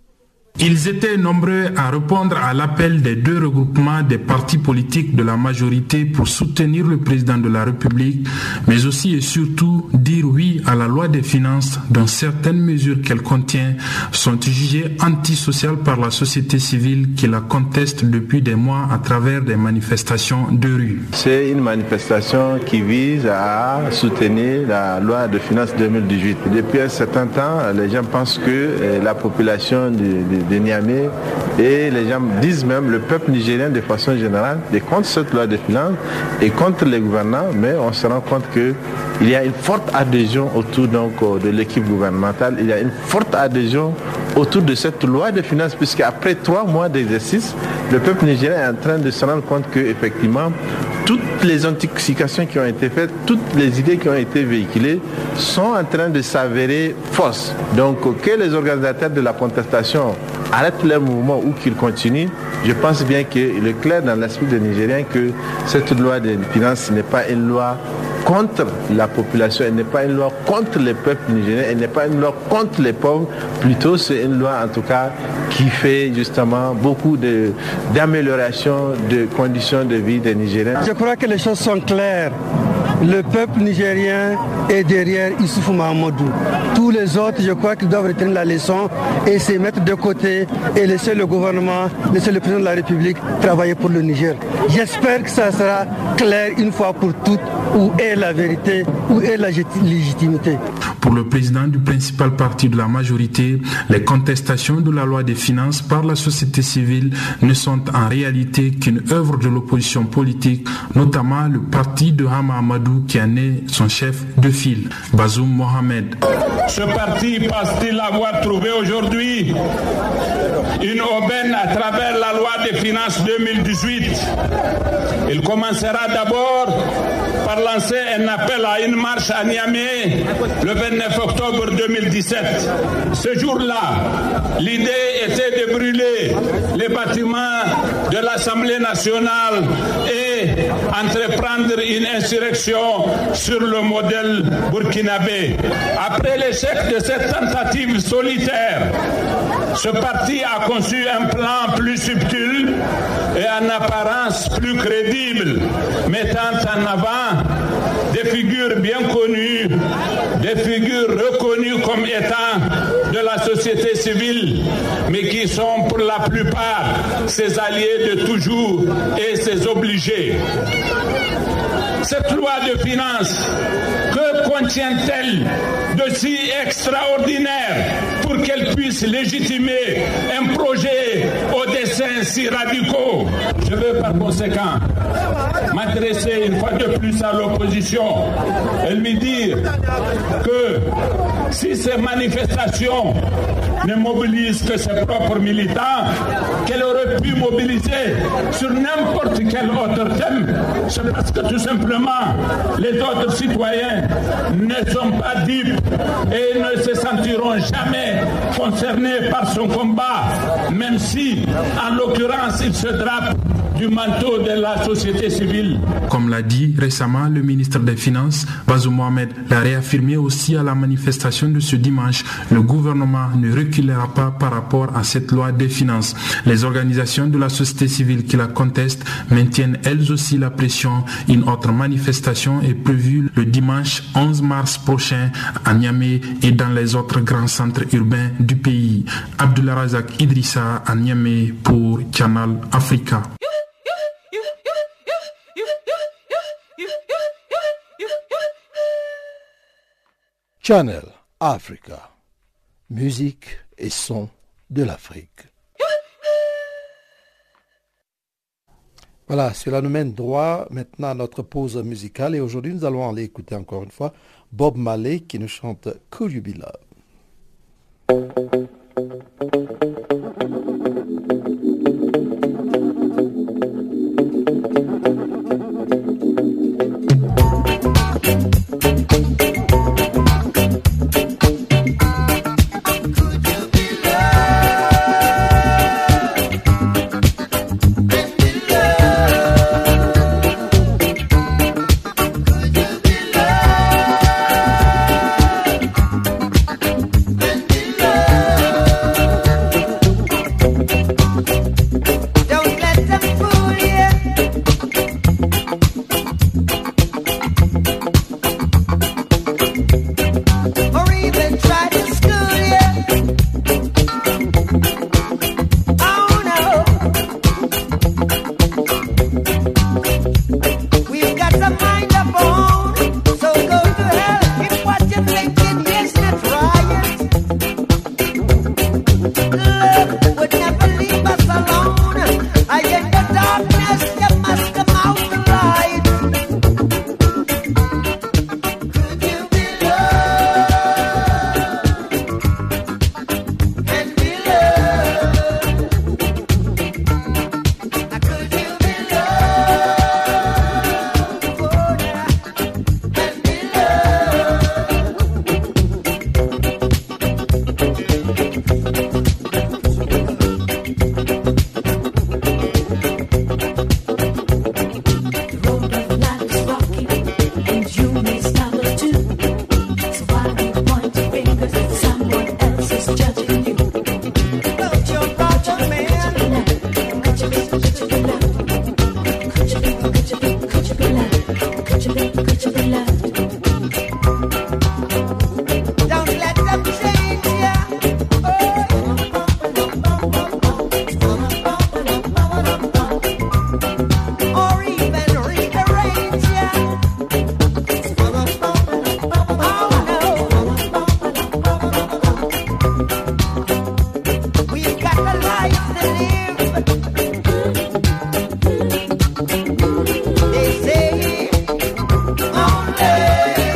Ils étaient nombreux à répondre à l'appel des deux regroupements des partis politiques de la majorité pour soutenir le président de la République, mais aussi et surtout dire oui à la loi des finances dont certaines mesures qu'elle contient sont jugées antisociales par la société civile qui la conteste depuis des mois à travers des manifestations de rue. C'est une manifestation qui vise à soutenir la loi de finances 2018. Depuis un certain temps, les gens pensent que la population de Niamey et les gens disent même le peuple nigérien de façon générale est contre cette loi de finances et contre les gouvernants, mais on se rend compte qu'il y a une forte adhésion autour de l'équipe gouvernementale, il y a une forte adhésion autour de cette loi de finances, puisqu'après 3 mois d'exercice, le peuple nigérien est en train de se rendre compte qu'effectivement, toutes les intoxications qui ont été faites, toutes les idées qui ont été véhiculées sont en train de s'avérer fausses. Donc que les organisateurs de la contestation arrêtent leur mouvement ou qu'ils continuent, je pense bien qu'il est clair dans l'esprit des Nigériens que cette loi de finances n'est pas une loi contre la population, elle n'est pas une loi contre les peuples nigériens, elle n'est pas une loi contre les pauvres, plutôt c'est une loi en tout cas qui fait justement beaucoup d'amélioration de conditions de vie des Nigériens. Je crois que les choses sont claires. Le peuple nigérien est derrière Issoufou Mahamadou. Tous les autres, je crois qu'ils doivent retenir la leçon et se mettre de côté et laisser le gouvernement, laisser le président de la République travailler pour le Niger. J'espère que ça sera clair une fois pour toutes où est la vérité, où est la légitimité. Pour le président du principal parti de la majorité, les contestations de la loi des finances par la société civile ne sont en réalité qu'une œuvre de l'opposition politique, notamment le parti de Hama Amadou qui en est son chef de file, Bazoum Mohamed. Ce parti pense-t-il avoir trouvé aujourd'hui une aubaine à travers la loi des finances 2018? Il commencera d'abord par lancer un appel à une marche à Niamey le 29 octobre 2017. Ce jour-là, l'idée était de brûler les bâtiments de l'Assemblée nationale et entreprendre une insurrection sur le modèle burkinabé. Après l'échec de cette tentative solitaire, ce parti a conçu un plan plus subtil et en apparence plus crédible, mettant en avant des figures bien connues, des figures reconnues comme étant de la société civile, mais qui sont pour la plupart ses alliés de toujours et ses obligés. Cette loi de finances, que contient-elle de si extraordinaire pour qu'elle puisse légitimer un projet aux desseins si radicaux? Je veux par conséquent m'adresser une fois de plus à l'opposition et lui dire que si ces manifestations ne mobilisent que ses propres militants, qu'elle aurait pu mobiliser sur n'importe quel autre thème, c'est parce que tout simplement les autres citoyens ne sont pas dupes et ne se sentiront jamais concernés par son combat, même si, en l'occurrence, il se drape du manteau de la société civile. Comme l'a dit récemment le ministre des Finances, Bazoum Mohamed, l'a réaffirmé aussi à la manifestation de ce dimanche. Le gouvernement ne reculera pas par rapport à cette loi des finances. Les organisations de la société civile qui la contestent maintiennent elles aussi la pression. Une autre manifestation est prévue le dimanche 11 mars prochain à Niamey et dans les autres grands centres urbains du pays. Abdullah Razak Idrissa à Niamey pour Channel Africa. Channel Africa, musique et son de l'Afrique. Voilà, cela nous mène droit maintenant à notre pause musicale et aujourd'hui nous allons aller écouter encore une fois Bob Marley qui nous chante Could You Be Love. They say only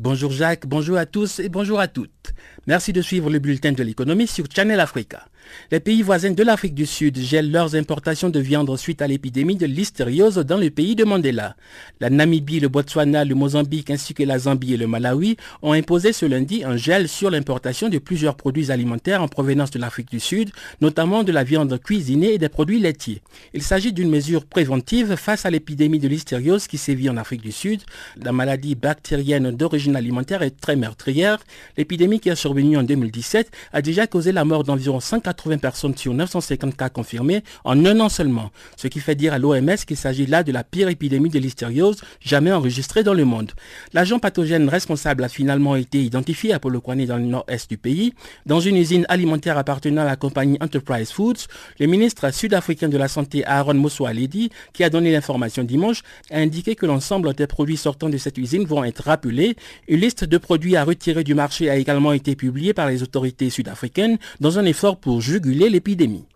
Bonjour Jacques, bonjour à tous et bonjour à toutes. Merci de suivre le bulletin de l'économie sur Channel Africa. Les pays voisins de l'Afrique du Sud gèlent leurs importations de viande suite à l'épidémie de listériose dans le pays de Mandela. La Namibie, le Botswana, le Mozambique ainsi que la Zambie et le Malawi ont imposé ce lundi un gel sur l'importation de plusieurs produits alimentaires en provenance de l'Afrique du Sud, notamment de la viande cuisinée et des produits laitiers. Il s'agit d'une mesure préventive face à l'épidémie de listériose qui sévit en Afrique du Sud. La maladie bactérienne d'origine alimentaire est très meurtrière. L'épidémie qui est survenue en 2017 a déjà causé la mort d'environ 180 personnes sur 950 cas confirmés en un an seulement, ce qui fait dire à l'OMS qu'il s'agit là de la pire épidémie de listériose jamais enregistrée dans le monde. L'agent pathogène responsable a finalement été identifié à Polokwane dans le nord-est du pays, dans une usine alimentaire appartenant à la compagnie Enterprise Foods. Le ministre sud-africain de la Santé Aaron Motsoaledi, qui a donné l'information dimanche, a indiqué que l'ensemble des produits sortant de cette usine vont être rappelés. Une liste de produits à retirer du marché a également été publiée par les autorités sud-africaines dans un effort pour juguler l'épidémie.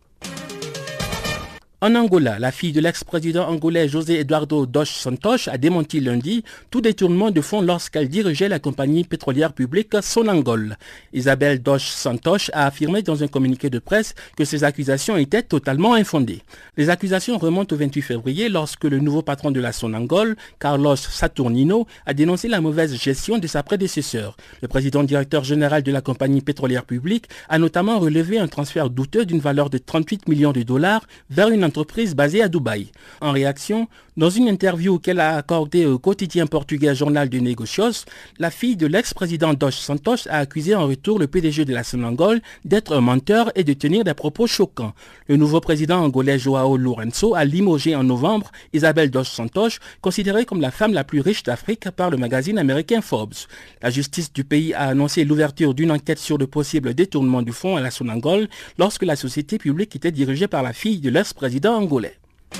En Angola, la fille de l'ex-président angolais José Eduardo dos Santos a démenti lundi tout détournement de fonds lorsqu'elle dirigeait la compagnie pétrolière publique Sonangol. Isabel dos Santos a affirmé dans un communiqué de presse que ces accusations étaient totalement infondées. Les accusations remontent au 28 février lorsque le nouveau patron de la Sonangol, Carlos Saturnino, a dénoncé la mauvaise gestion de sa prédécesseur. Le président directeur général de la compagnie pétrolière publique a notamment relevé un transfert douteux d'une valeur de 38 millions de dollars vers une entreprise basée à Dubaï. En réaction, dans une interview qu'elle a accordée au quotidien portugais Jornal de Negocios, la fille de l'ex-président dos Santos a accusé en retour le PDG de la Sonangol d'être un menteur et de tenir des propos choquants. Le nouveau président angolais Joao Lourenço a limogé en novembre Isabel dos Santos, considérée comme la femme la plus riche d'Afrique par le magazine américain Forbes. La justice du pays a annoncé l'ouverture d'une enquête sur le possible détournement du fonds à la Sonangol lorsque la société publique était dirigée par la fille de l'ex-président angolais.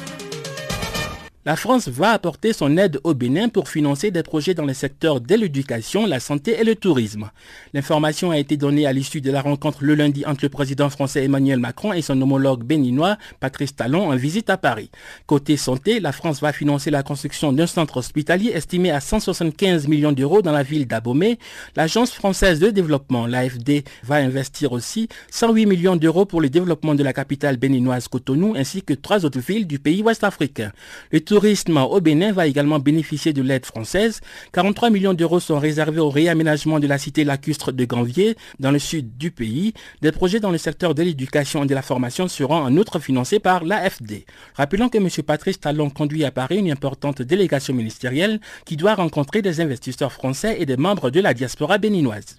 La France va apporter son aide au Bénin pour financer des projets dans les secteurs de l'éducation, la santé et le tourisme. L'information a été donnée à l'issue de la rencontre le lundi entre le président français Emmanuel Macron et son homologue béninois Patrice Talon en visite à Paris. Côté santé, la France va financer la construction d'un centre hospitalier estimé à 175 millions d'euros dans la ville d'Abomey. L'Agence française de développement, l'AFD, va investir aussi 108 millions d'euros pour le développement de la capitale béninoise Cotonou ainsi que 3 autres villes du pays ouest-africain. Le tourisme au Bénin va également bénéficier de l'aide française. 43 millions d'euros sont réservés au réaménagement de la cité lacustre de Ganvier dans le sud du pays. Des projets dans le secteur de l'éducation et de la formation seront en outre financés par l'AFD. Rappelons que M. Patrice Talon conduit à Paris une importante délégation ministérielle qui doit rencontrer des investisseurs français et des membres de la diaspora béninoise.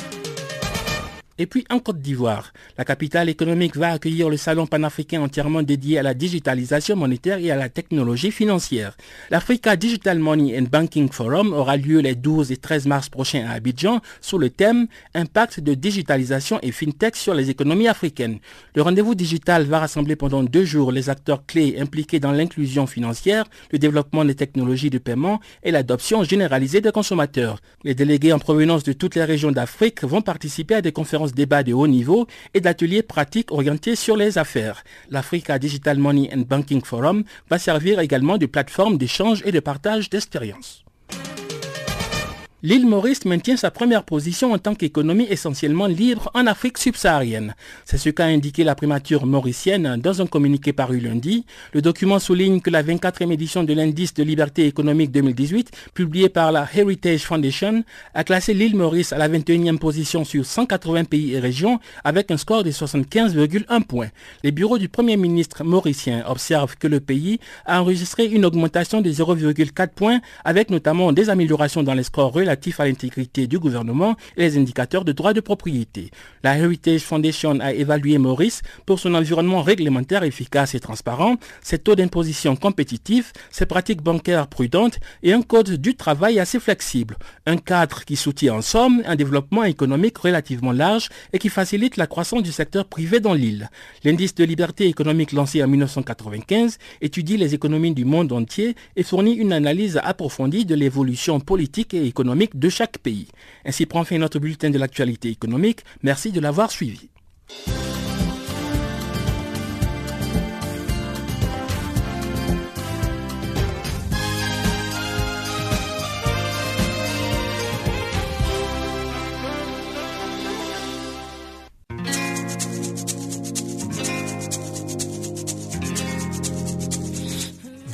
Et puis en Côte d'Ivoire, la capitale économique va accueillir le salon panafricain entièrement dédié à la digitalisation monétaire et à la technologie financière. L'Africa Digital Money and Banking Forum aura lieu les 12 et 13 mars prochains à Abidjan sous le thème « Impact de digitalisation et fintech sur les économies africaines ». Le rendez-vous digital va rassembler pendant 2 jours les acteurs clés impliqués dans l'inclusion financière, le développement des technologies de paiement et l'adoption généralisée des consommateurs. Les délégués en provenance de toutes les régions d'Afrique vont participer à des conférences débats de haut niveau et d'ateliers pratiques orientés sur les affaires. L'Africa Digital Money and Banking Forum va servir également de plateforme d'échange et de partage d'expériences. L'île Maurice maintient sa première position en tant qu'économie essentiellement libre en Afrique subsaharienne. C'est ce qu'a indiqué la primature mauricienne dans un communiqué paru lundi. Le document souligne que la 24e édition de l'indice de liberté économique 2018, publié par la Heritage Foundation, a classé l'île Maurice à la 21e position sur 180 pays et régions avec un score de 75,1 points. Les bureaux du Premier ministre mauricien observent que le pays a enregistré une augmentation de 0,4 points avec notamment des améliorations dans les scores relatifs à l'intégrité du gouvernement et les indicateurs de droit de propriété. La Heritage Foundation a évalué Maurice pour son environnement réglementaire efficace et transparent, ses taux d'imposition compétitifs, ses pratiques bancaires prudentes et un code du travail assez flexible. Un cadre qui soutient en somme un développement économique relativement large et qui facilite la croissance du secteur privé dans l'île. L'indice de liberté économique lancé en 1995 étudie les économies du monde entier et fournit une analyse approfondie de l'évolution politique et économique de chaque pays. Ainsi prend fin notre bulletin de l'actualité économique. Merci de l'avoir suivi.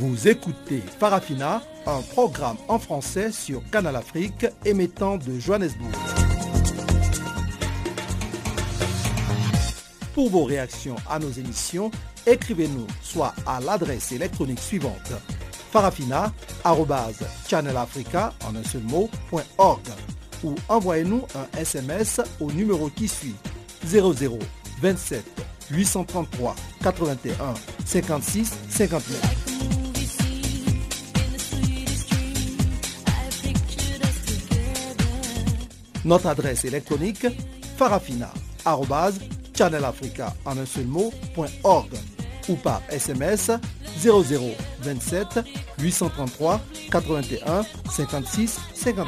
Vous écoutez Farafina, un programme en français sur Canal Afrique émettant de Johannesburg. Pour vos réactions à nos émissions, écrivez-nous soit à l'adresse électronique suivante farafina@channelafrica en un seul mot.org ou envoyez-nous un SMS au numéro qui suit 00 27 833 81 56 59. Notre adresse électronique farafina@channelafrica en un seul mot.org ou par SMS 0027 833 81 56 59.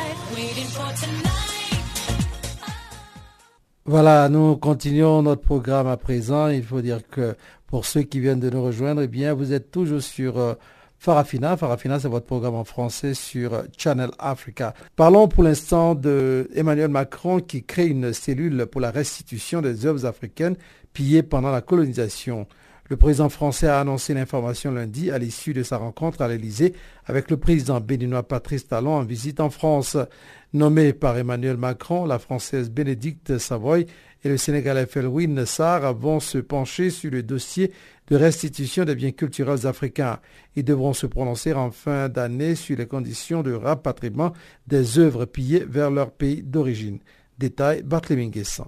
Voilà, nous continuons notre programme à présent. Il faut dire que pour ceux qui viennent de nous rejoindre, eh bien, vous êtes toujours sur Farafina. Farafina, c'est votre programme en français sur Channel Africa. Parlons pour l'instant de Emmanuel Macron qui crée une cellule pour la restitution des œuvres africaines pillées pendant la colonisation. Le président français a annoncé l'information lundi à l'issue de sa rencontre à l'Élysée avec le président béninois Patrice Talon en visite en France. Nommés par Emmanuel Macron, la Française Bénédicte Savoy et le Sénégalais Felwine Sarr vont se pencher sur le dossier de restitution des biens culturels africains. Ils devront se prononcer en fin d'année sur les conditions de rapatriement des œuvres pillées vers leur pays d'origine. Détail, Barthélémy Nguessan.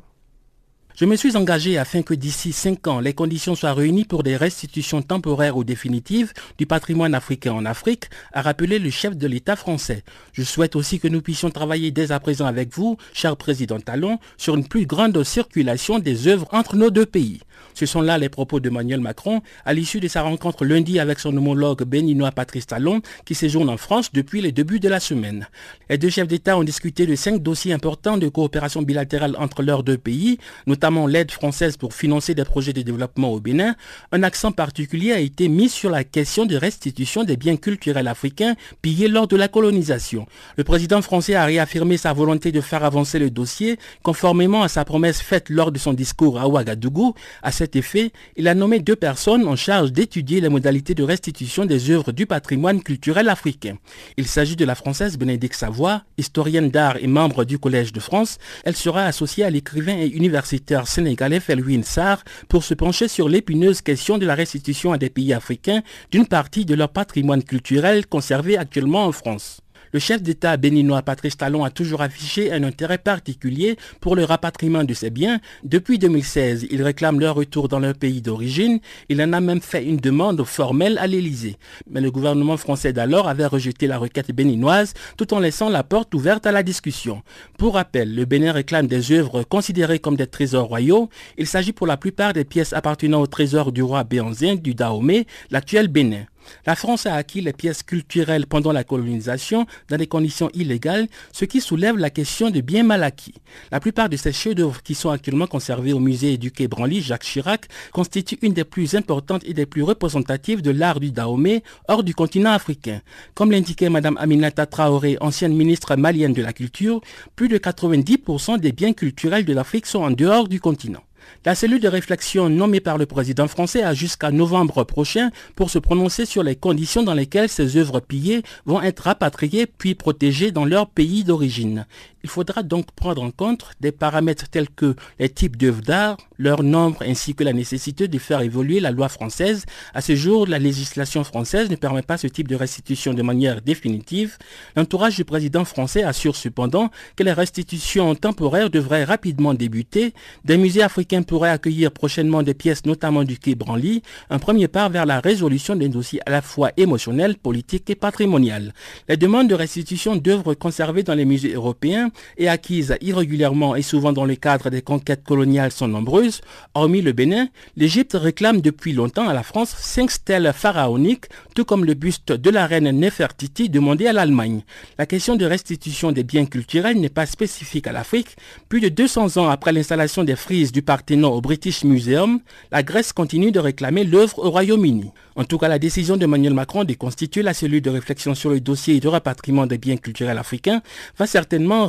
Je me suis engagé afin que d'ici 5 ans, les conditions soient réunies pour des restitutions temporaires ou définitives du patrimoine africain en Afrique, a rappelé le chef de l'État français. Je souhaite aussi que nous puissions travailler dès à présent avec vous, cher président Talon, sur une plus grande circulation des œuvres entre nos deux pays. Ce sont là les propos d'Emmanuel Macron à l'issue de sa rencontre lundi avec son homologue béninois Patrice Talon qui séjourne en France depuis le début de la semaine. Les deux chefs d'État ont discuté de 5 dossiers importants de coopération bilatérale entre leurs deux pays, notamment l'aide française pour financer des projets de développement au Bénin. Un accent particulier a été mis sur la question de restitution des biens culturels africains pillés lors de la colonisation. Le président français a réaffirmé sa volonté de faire avancer le dossier conformément à sa promesse faite lors de son discours à Ouagadougou. À cet effet, il a nommé 2 personnes en charge d'étudier les modalités de restitution des œuvres du patrimoine culturel africain. Il s'agit de la Française Bénédicte Savoy, historienne d'art et membre du Collège de France. Elle sera associée à l'écrivain et universitaire sénégalais Felwine Sarr pour se pencher sur l'épineuse question de la restitution à des pays africains d'une partie de leur patrimoine culturel conservé actuellement en France. Le chef d'État béninois Patrice Talon a toujours affiché un intérêt particulier pour le rapatriement de ces biens. Depuis 2016, il réclame leur retour dans leur pays d'origine. Il en a même fait une demande formelle à l'Élysée. Mais le gouvernement français d'alors avait rejeté la requête béninoise tout en laissant la porte ouverte à la discussion. Pour rappel, le Bénin réclame des œuvres considérées comme des trésors royaux. Il s'agit pour la plupart des pièces appartenant au trésor du roi Béanzin du Dahomey, l'actuel Bénin. La France a acquis les pièces culturelles pendant la colonisation dans des conditions illégales, ce qui soulève la question de biens mal acquis. La plupart de ces chefs-d'œuvre qui sont actuellement conservés au musée du quai Branly Jacques Chirac constituent une des plus importantes et des plus représentatives de l'art du Dahomey hors du continent africain. Comme l'indiquait Mme Aminata Traoré, ancienne ministre malienne de la Culture, plus de 90% des biens culturels de l'Afrique sont en dehors du continent. La cellule de réflexion nommée par le président français a jusqu'à novembre prochain pour se prononcer sur les conditions dans lesquelles ces œuvres pillées vont être rapatriées puis protégées dans leur pays d'origine. Il faudra donc prendre en compte des paramètres tels que les types d'œuvres d'art, leur nombre ainsi que la nécessité de faire évoluer la loi française. À ce jour, la législation française ne permet pas ce type de restitution de manière définitive. L'entourage du président français assure cependant que les restitutions temporaires devraient rapidement débuter. Des musées africains pourraient accueillir prochainement des pièces notamment du quai Branly, un premier pas vers la résolution d'un dossier à la fois émotionnel, politique et patrimonial. Les demandes de restitution d'œuvres conservées dans les musées européens et acquises irrégulièrement et souvent dans le cadre des conquêtes coloniales sont nombreuses. Hormis le Bénin, l'Égypte réclame depuis longtemps à la France 5 stèles pharaoniques, tout comme le buste de la reine Néfertiti demandé à l'Allemagne. La question de restitution des biens culturels n'est pas spécifique à l'Afrique. Plus de 200 ans après l'installation des frises du Parthénon au British Museum, la Grèce continue de réclamer l'œuvre au Royaume-Uni. En tout cas, la décision d'Emmanuel Macron de constituer la cellule de réflexion sur le dossier de rapatriement des biens culturels africains va certainement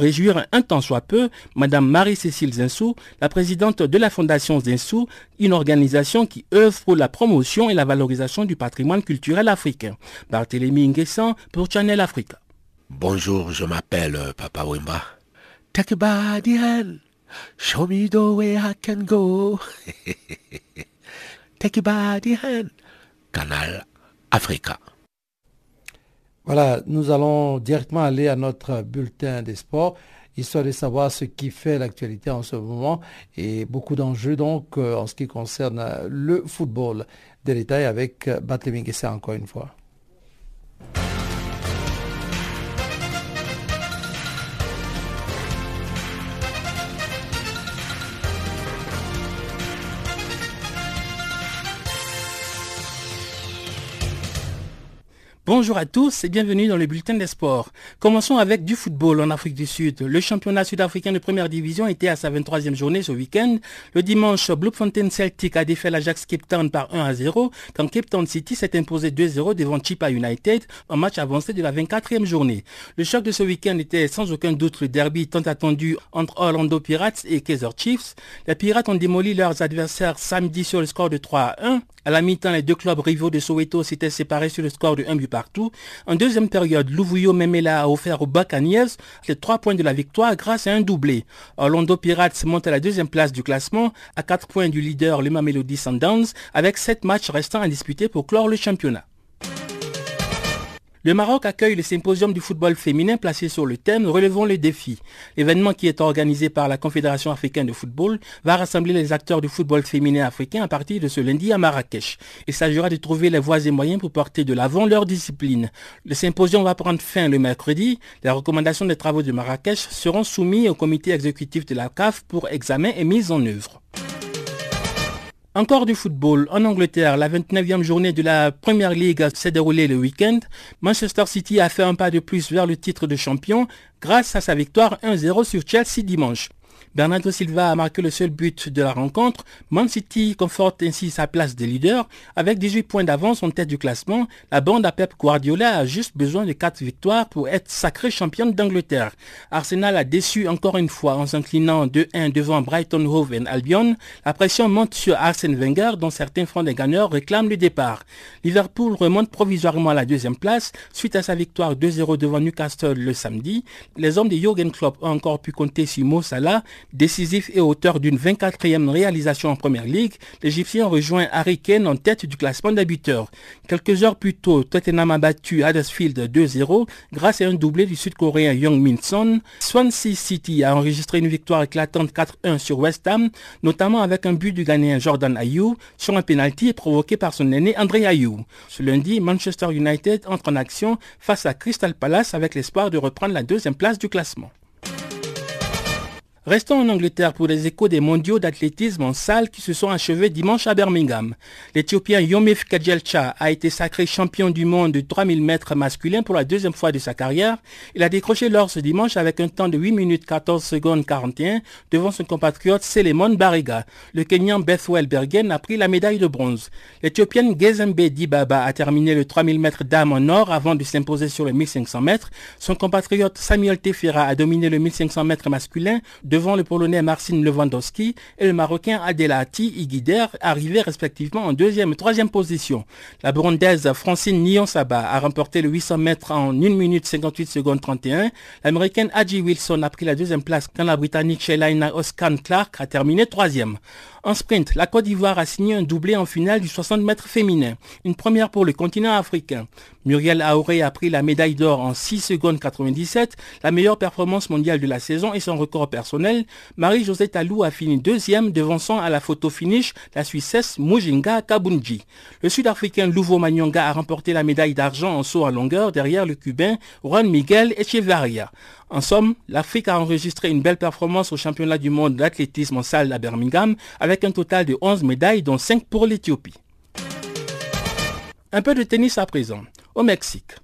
réjouir un tant soit peu Madame Marie-Cécile Zinsou, la présidente de la Fondation Zinsou, une organisation qui œuvre pour la promotion et la valorisation du patrimoine culturel africain. Barthélémy Nguessan pour Channel Africa. Bonjour, je m'appelle Papa Wemba. Take a body hand, show me the way I can go. Take a body hand, Canal Africa. Voilà, nous allons directement aller à notre bulletin des sports, histoire de savoir ce qui fait l'actualité en ce moment et beaucoup d'enjeux donc en ce qui concerne le football. Des détails avec Barthélémy Nguessan encore une fois. Bonjour à tous et bienvenue dans le bulletin des sports. Commençons avec du football en Afrique du Sud. Le championnat sud-africain de première division était à sa 23e journée ce week-end. Le dimanche, Bloemfontein Celtic a défait l'Ajax Cape Town par 1-0, quand Cape Town City s'est imposé 2-0 devant Chippa United, en match avancé de la 24e journée. Le choc de ce week-end était sans aucun doute le derby tant attendu entre Orlando Pirates et Kaizer Chiefs. Les Pirates ont démoli leurs adversaires samedi sur le score de 3-1. À la mi-temps, les deux clubs rivaux de Soweto s'étaient séparés sur le score de 1 but partout. En deuxième période, Luvuyo Memela a offert aux Buccaneers les 3 points de la victoire grâce à un doublé. Orlando Pirates monte à la deuxième place du classement, à 4 points du leader le Mamelodi Sundowns, avec 7 matchs restants à disputer pour clore le championnat. Le Maroc accueille le symposium du football féminin placé sur le thème « Relevons les défis ». L'événement qui est organisé par la Confédération africaine de football va rassembler les acteurs du football féminin africain à partir de ce lundi à Marrakech. Il s'agira de trouver les voies et moyens pour porter de l'avant leur discipline. Le symposium va prendre fin le mercredi. Les recommandations des travaux de Marrakech seront soumises au comité exécutif de la CAF pour examen et mise en œuvre. Encore du football. En Angleterre, la 29e journée de la Premier League s'est déroulée le week-end. Manchester City a fait un pas de plus vers le titre de champion grâce à sa victoire 1-0 sur Chelsea dimanche. Bernardo Silva a marqué le seul but de la rencontre. Man City conforte ainsi sa place de leader. Avec 18 points d'avance en tête du classement, la bande à Pep Guardiola a juste besoin de 4 victoires pour être sacrée championne d'Angleterre. Arsenal a déçu encore une fois en s'inclinant 2-1 devant Brighton Hove Albion. La pression monte sur Arsène Wenger, dont certains fans des gagneurs réclament le départ. Liverpool remonte provisoirement à la deuxième place suite à sa victoire 2-0 devant Newcastle le samedi. Les hommes de Jürgen Klopp ont encore pu compter sur Mo Salah. Décisif et auteur d'une 24e réalisation en Première Ligue, l'Égyptien rejoint Harry Kane en tête du classement des buteurs. Quelques heures plus tôt, Tottenham a battu Huddersfield 2-0 grâce à un doublé du Sud-Coréen Young Min Son. Swansea City a enregistré une victoire éclatante 4-1 sur West Ham, notamment avec un but du Ghanéen Jordan Ayew sur un pénalty provoqué par son aîné André Ayew. Ce lundi, Manchester United entre en action face à Crystal Palace avec l'espoir de reprendre la deuxième place du classement. Restons en Angleterre pour les échos des mondiaux d'athlétisme en salle qui se sont achevés dimanche à Birmingham. L'Éthiopien Yomif Kajelcha a été sacré champion du monde de 3000 mètres masculin pour la deuxième fois de sa carrière. Il a décroché l'or ce dimanche avec un temps de 8 minutes 14 secondes 41 devant son compatriote Selemon Bariga. Le Kenyan Bethwell Bergen a pris la médaille de bronze. L'Éthiopienne Gezembe Dibaba a terminé le 3000 mètres dames en or avant de s'imposer sur le 1500 mètres. Son compatriote Samuel Tefera a dominé le 1500 mètres masculin devant le Polonais Marcin Lewandowski et le Marocain Adelati Iguider, arrivés respectivement en deuxième et troisième position. La Burundaise Francine Niyonsaba a remporté le 800 mètres en 1 minute 58 secondes 31. L'Américaine Adji Wilson a pris la deuxième place quand la Britannique Shelaina Oscan-Clark a terminé troisième. En sprint, la Côte d'Ivoire a signé un doublé en finale du 60 mètres féminin, une première pour le continent africain. Muriel Aouré a pris la médaille d'or en 6 secondes 97, la meilleure performance mondiale de la saison et son record personnel. Marie-Josée Talou a fini deuxième, devançant à la photo finish la Suissesse Mujinga Kabunji. Le Sud-Africain Louvo Manyonga a remporté la médaille d'argent en saut à longueur derrière le Cubain Juan Miguel Echevarria. En somme, l'Afrique a enregistré une belle performance au championnat du monde d'athlétisme en salle à Birmingham avec un total de 11 médailles dont 5 pour l'Éthiopie. Un peu de tennis à présent. Au Mexique,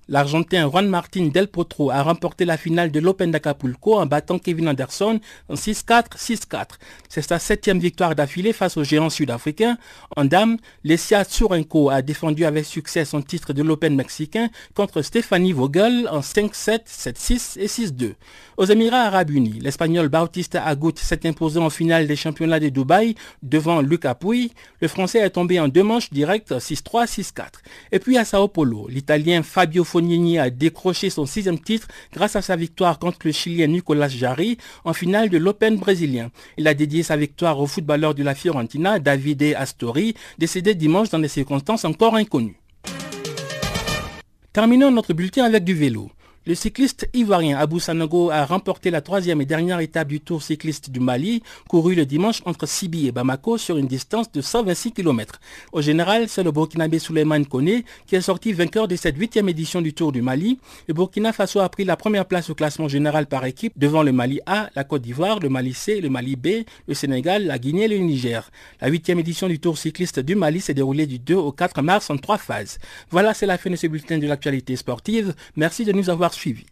L'Argentin Juan Martín del Potro a remporté la finale de l'Open d'Acapulco en battant Kevin Anderson en 6-4, 6-4. C'est sa 7e victoire d'affilée face au géant sud-africain. En dames, Lesia Tsurenko a défendu avec succès son titre de l'Open mexicain contre Stephanie Vogel en 5-7, 7-6 et 6-2. Aux Émirats Arabes Unis, l'Espagnol Bautista Agut s'est imposé en finale des championnats de Dubaï devant Lucas Pouille. Le Français est tombé en 2 manches directes 6-3, 6-4. Et puis à Sao Paulo, l'Italien Fabio Fognini a décroché son 6e titre grâce à sa victoire contre le Chilien Nicolas Jarry en finale de l'Open brésilien. Il a dédié sa victoire au footballeur de la Fiorentina, Davide Astori, décédé dimanche dans des circonstances encore inconnues. Terminons notre bulletin avec du vélo. Le cycliste ivoirien Abou Sanogo a remporté la 3e et dernière étape du Tour cycliste du Mali, couru le dimanche entre Sibi et Bamako sur une distance de 126 km. Au général, c'est le Burkinabé Souleymane Koné qui est sorti vainqueur de cette 8e édition du Tour du Mali. Le Burkina Faso a pris la première place au classement général par équipe devant le Mali A, la Côte d'Ivoire, le Mali C, le Mali B, le Sénégal, la Guinée et le Niger. La 8e édition du Tour cycliste du Mali s'est déroulée du 2 au 4 mars en 3 phases. Voilà, c'est la fin de ce bulletin de l'actualité sportive. Merci de nous avoir suivis.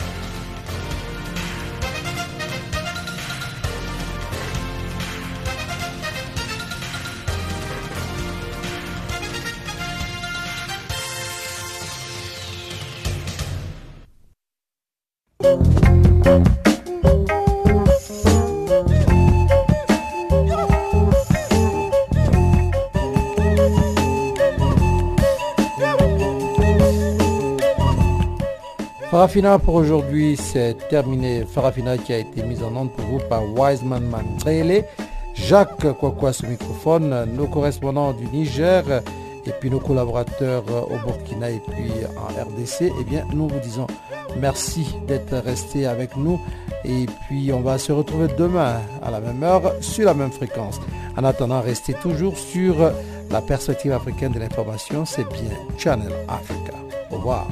Farafina pour aujourd'hui, c'est terminé. Farafina qui a été mise en onde pour vous par Wiseman Mandrele, Jacques Kwakwa au microphone, nos correspondants du Niger et puis nos collaborateurs au Burkina et puis en RDC. Eh bien, nous vous disons merci d'être restés avec nous et puis on va se retrouver demain à la même heure sur la même fréquence. En attendant, restez toujours sur la perspective africaine de l'information, c'est bien Channel Africa. Au revoir.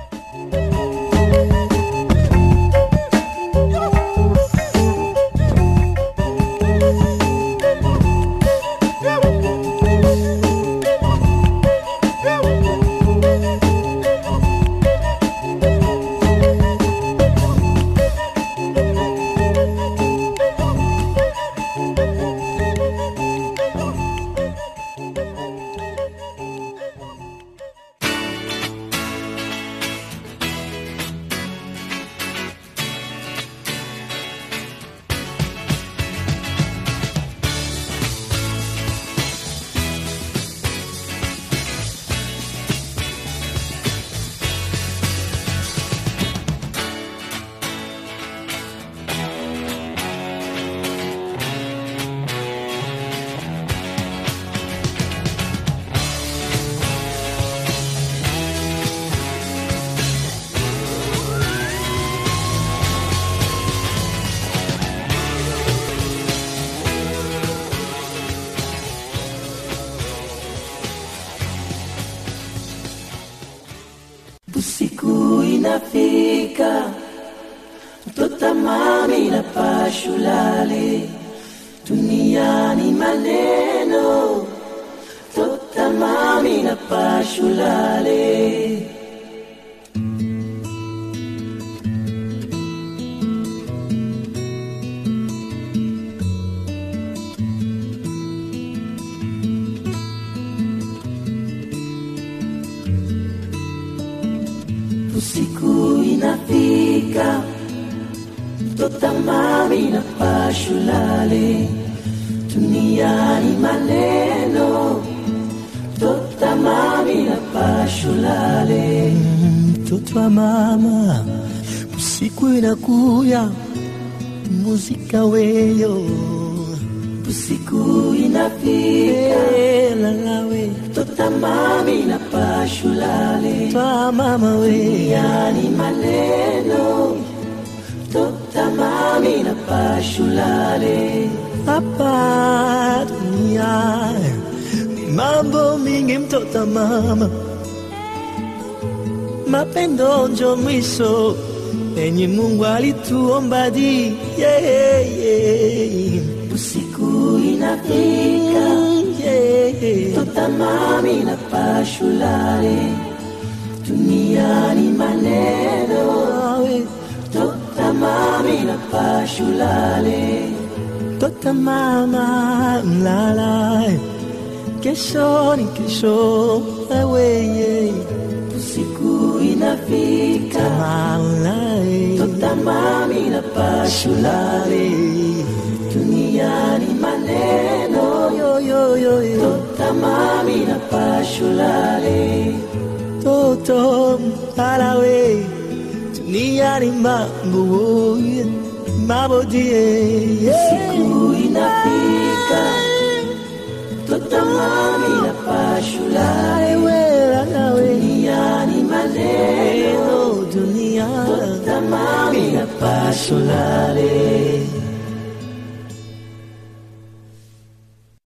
Usiku inafika, mtoto mami na pashulale, duniani maneno, mtoto mami na pashulale. Usiku inafika, mtoto mami na pashulale, duniani maneno, mtoto mami na pashulale. Mtoto wa mama, usiku inakuya, muzika weyo. Usiku inafika, lalawe, mtoto mami na pashulale, twa mama we, duniani maneno, mtoto mami na pashulale. Hapa dunia ni mambo mingi mtoto mama, mapendo njo mwisho enye Mungu alituomba di Usiku inafika, mtoto mami na pashulale, duniani maneno tota mami na pashulale tota mama mlala kesho ni kesho wewe usiku inafika malai tota mami na pashulale duniani maneno tota mami na pashulale toto alawe duniani mambo mabodie usiku inafika tota mami na pashulale duniani maneno dunia tota mami na pashulale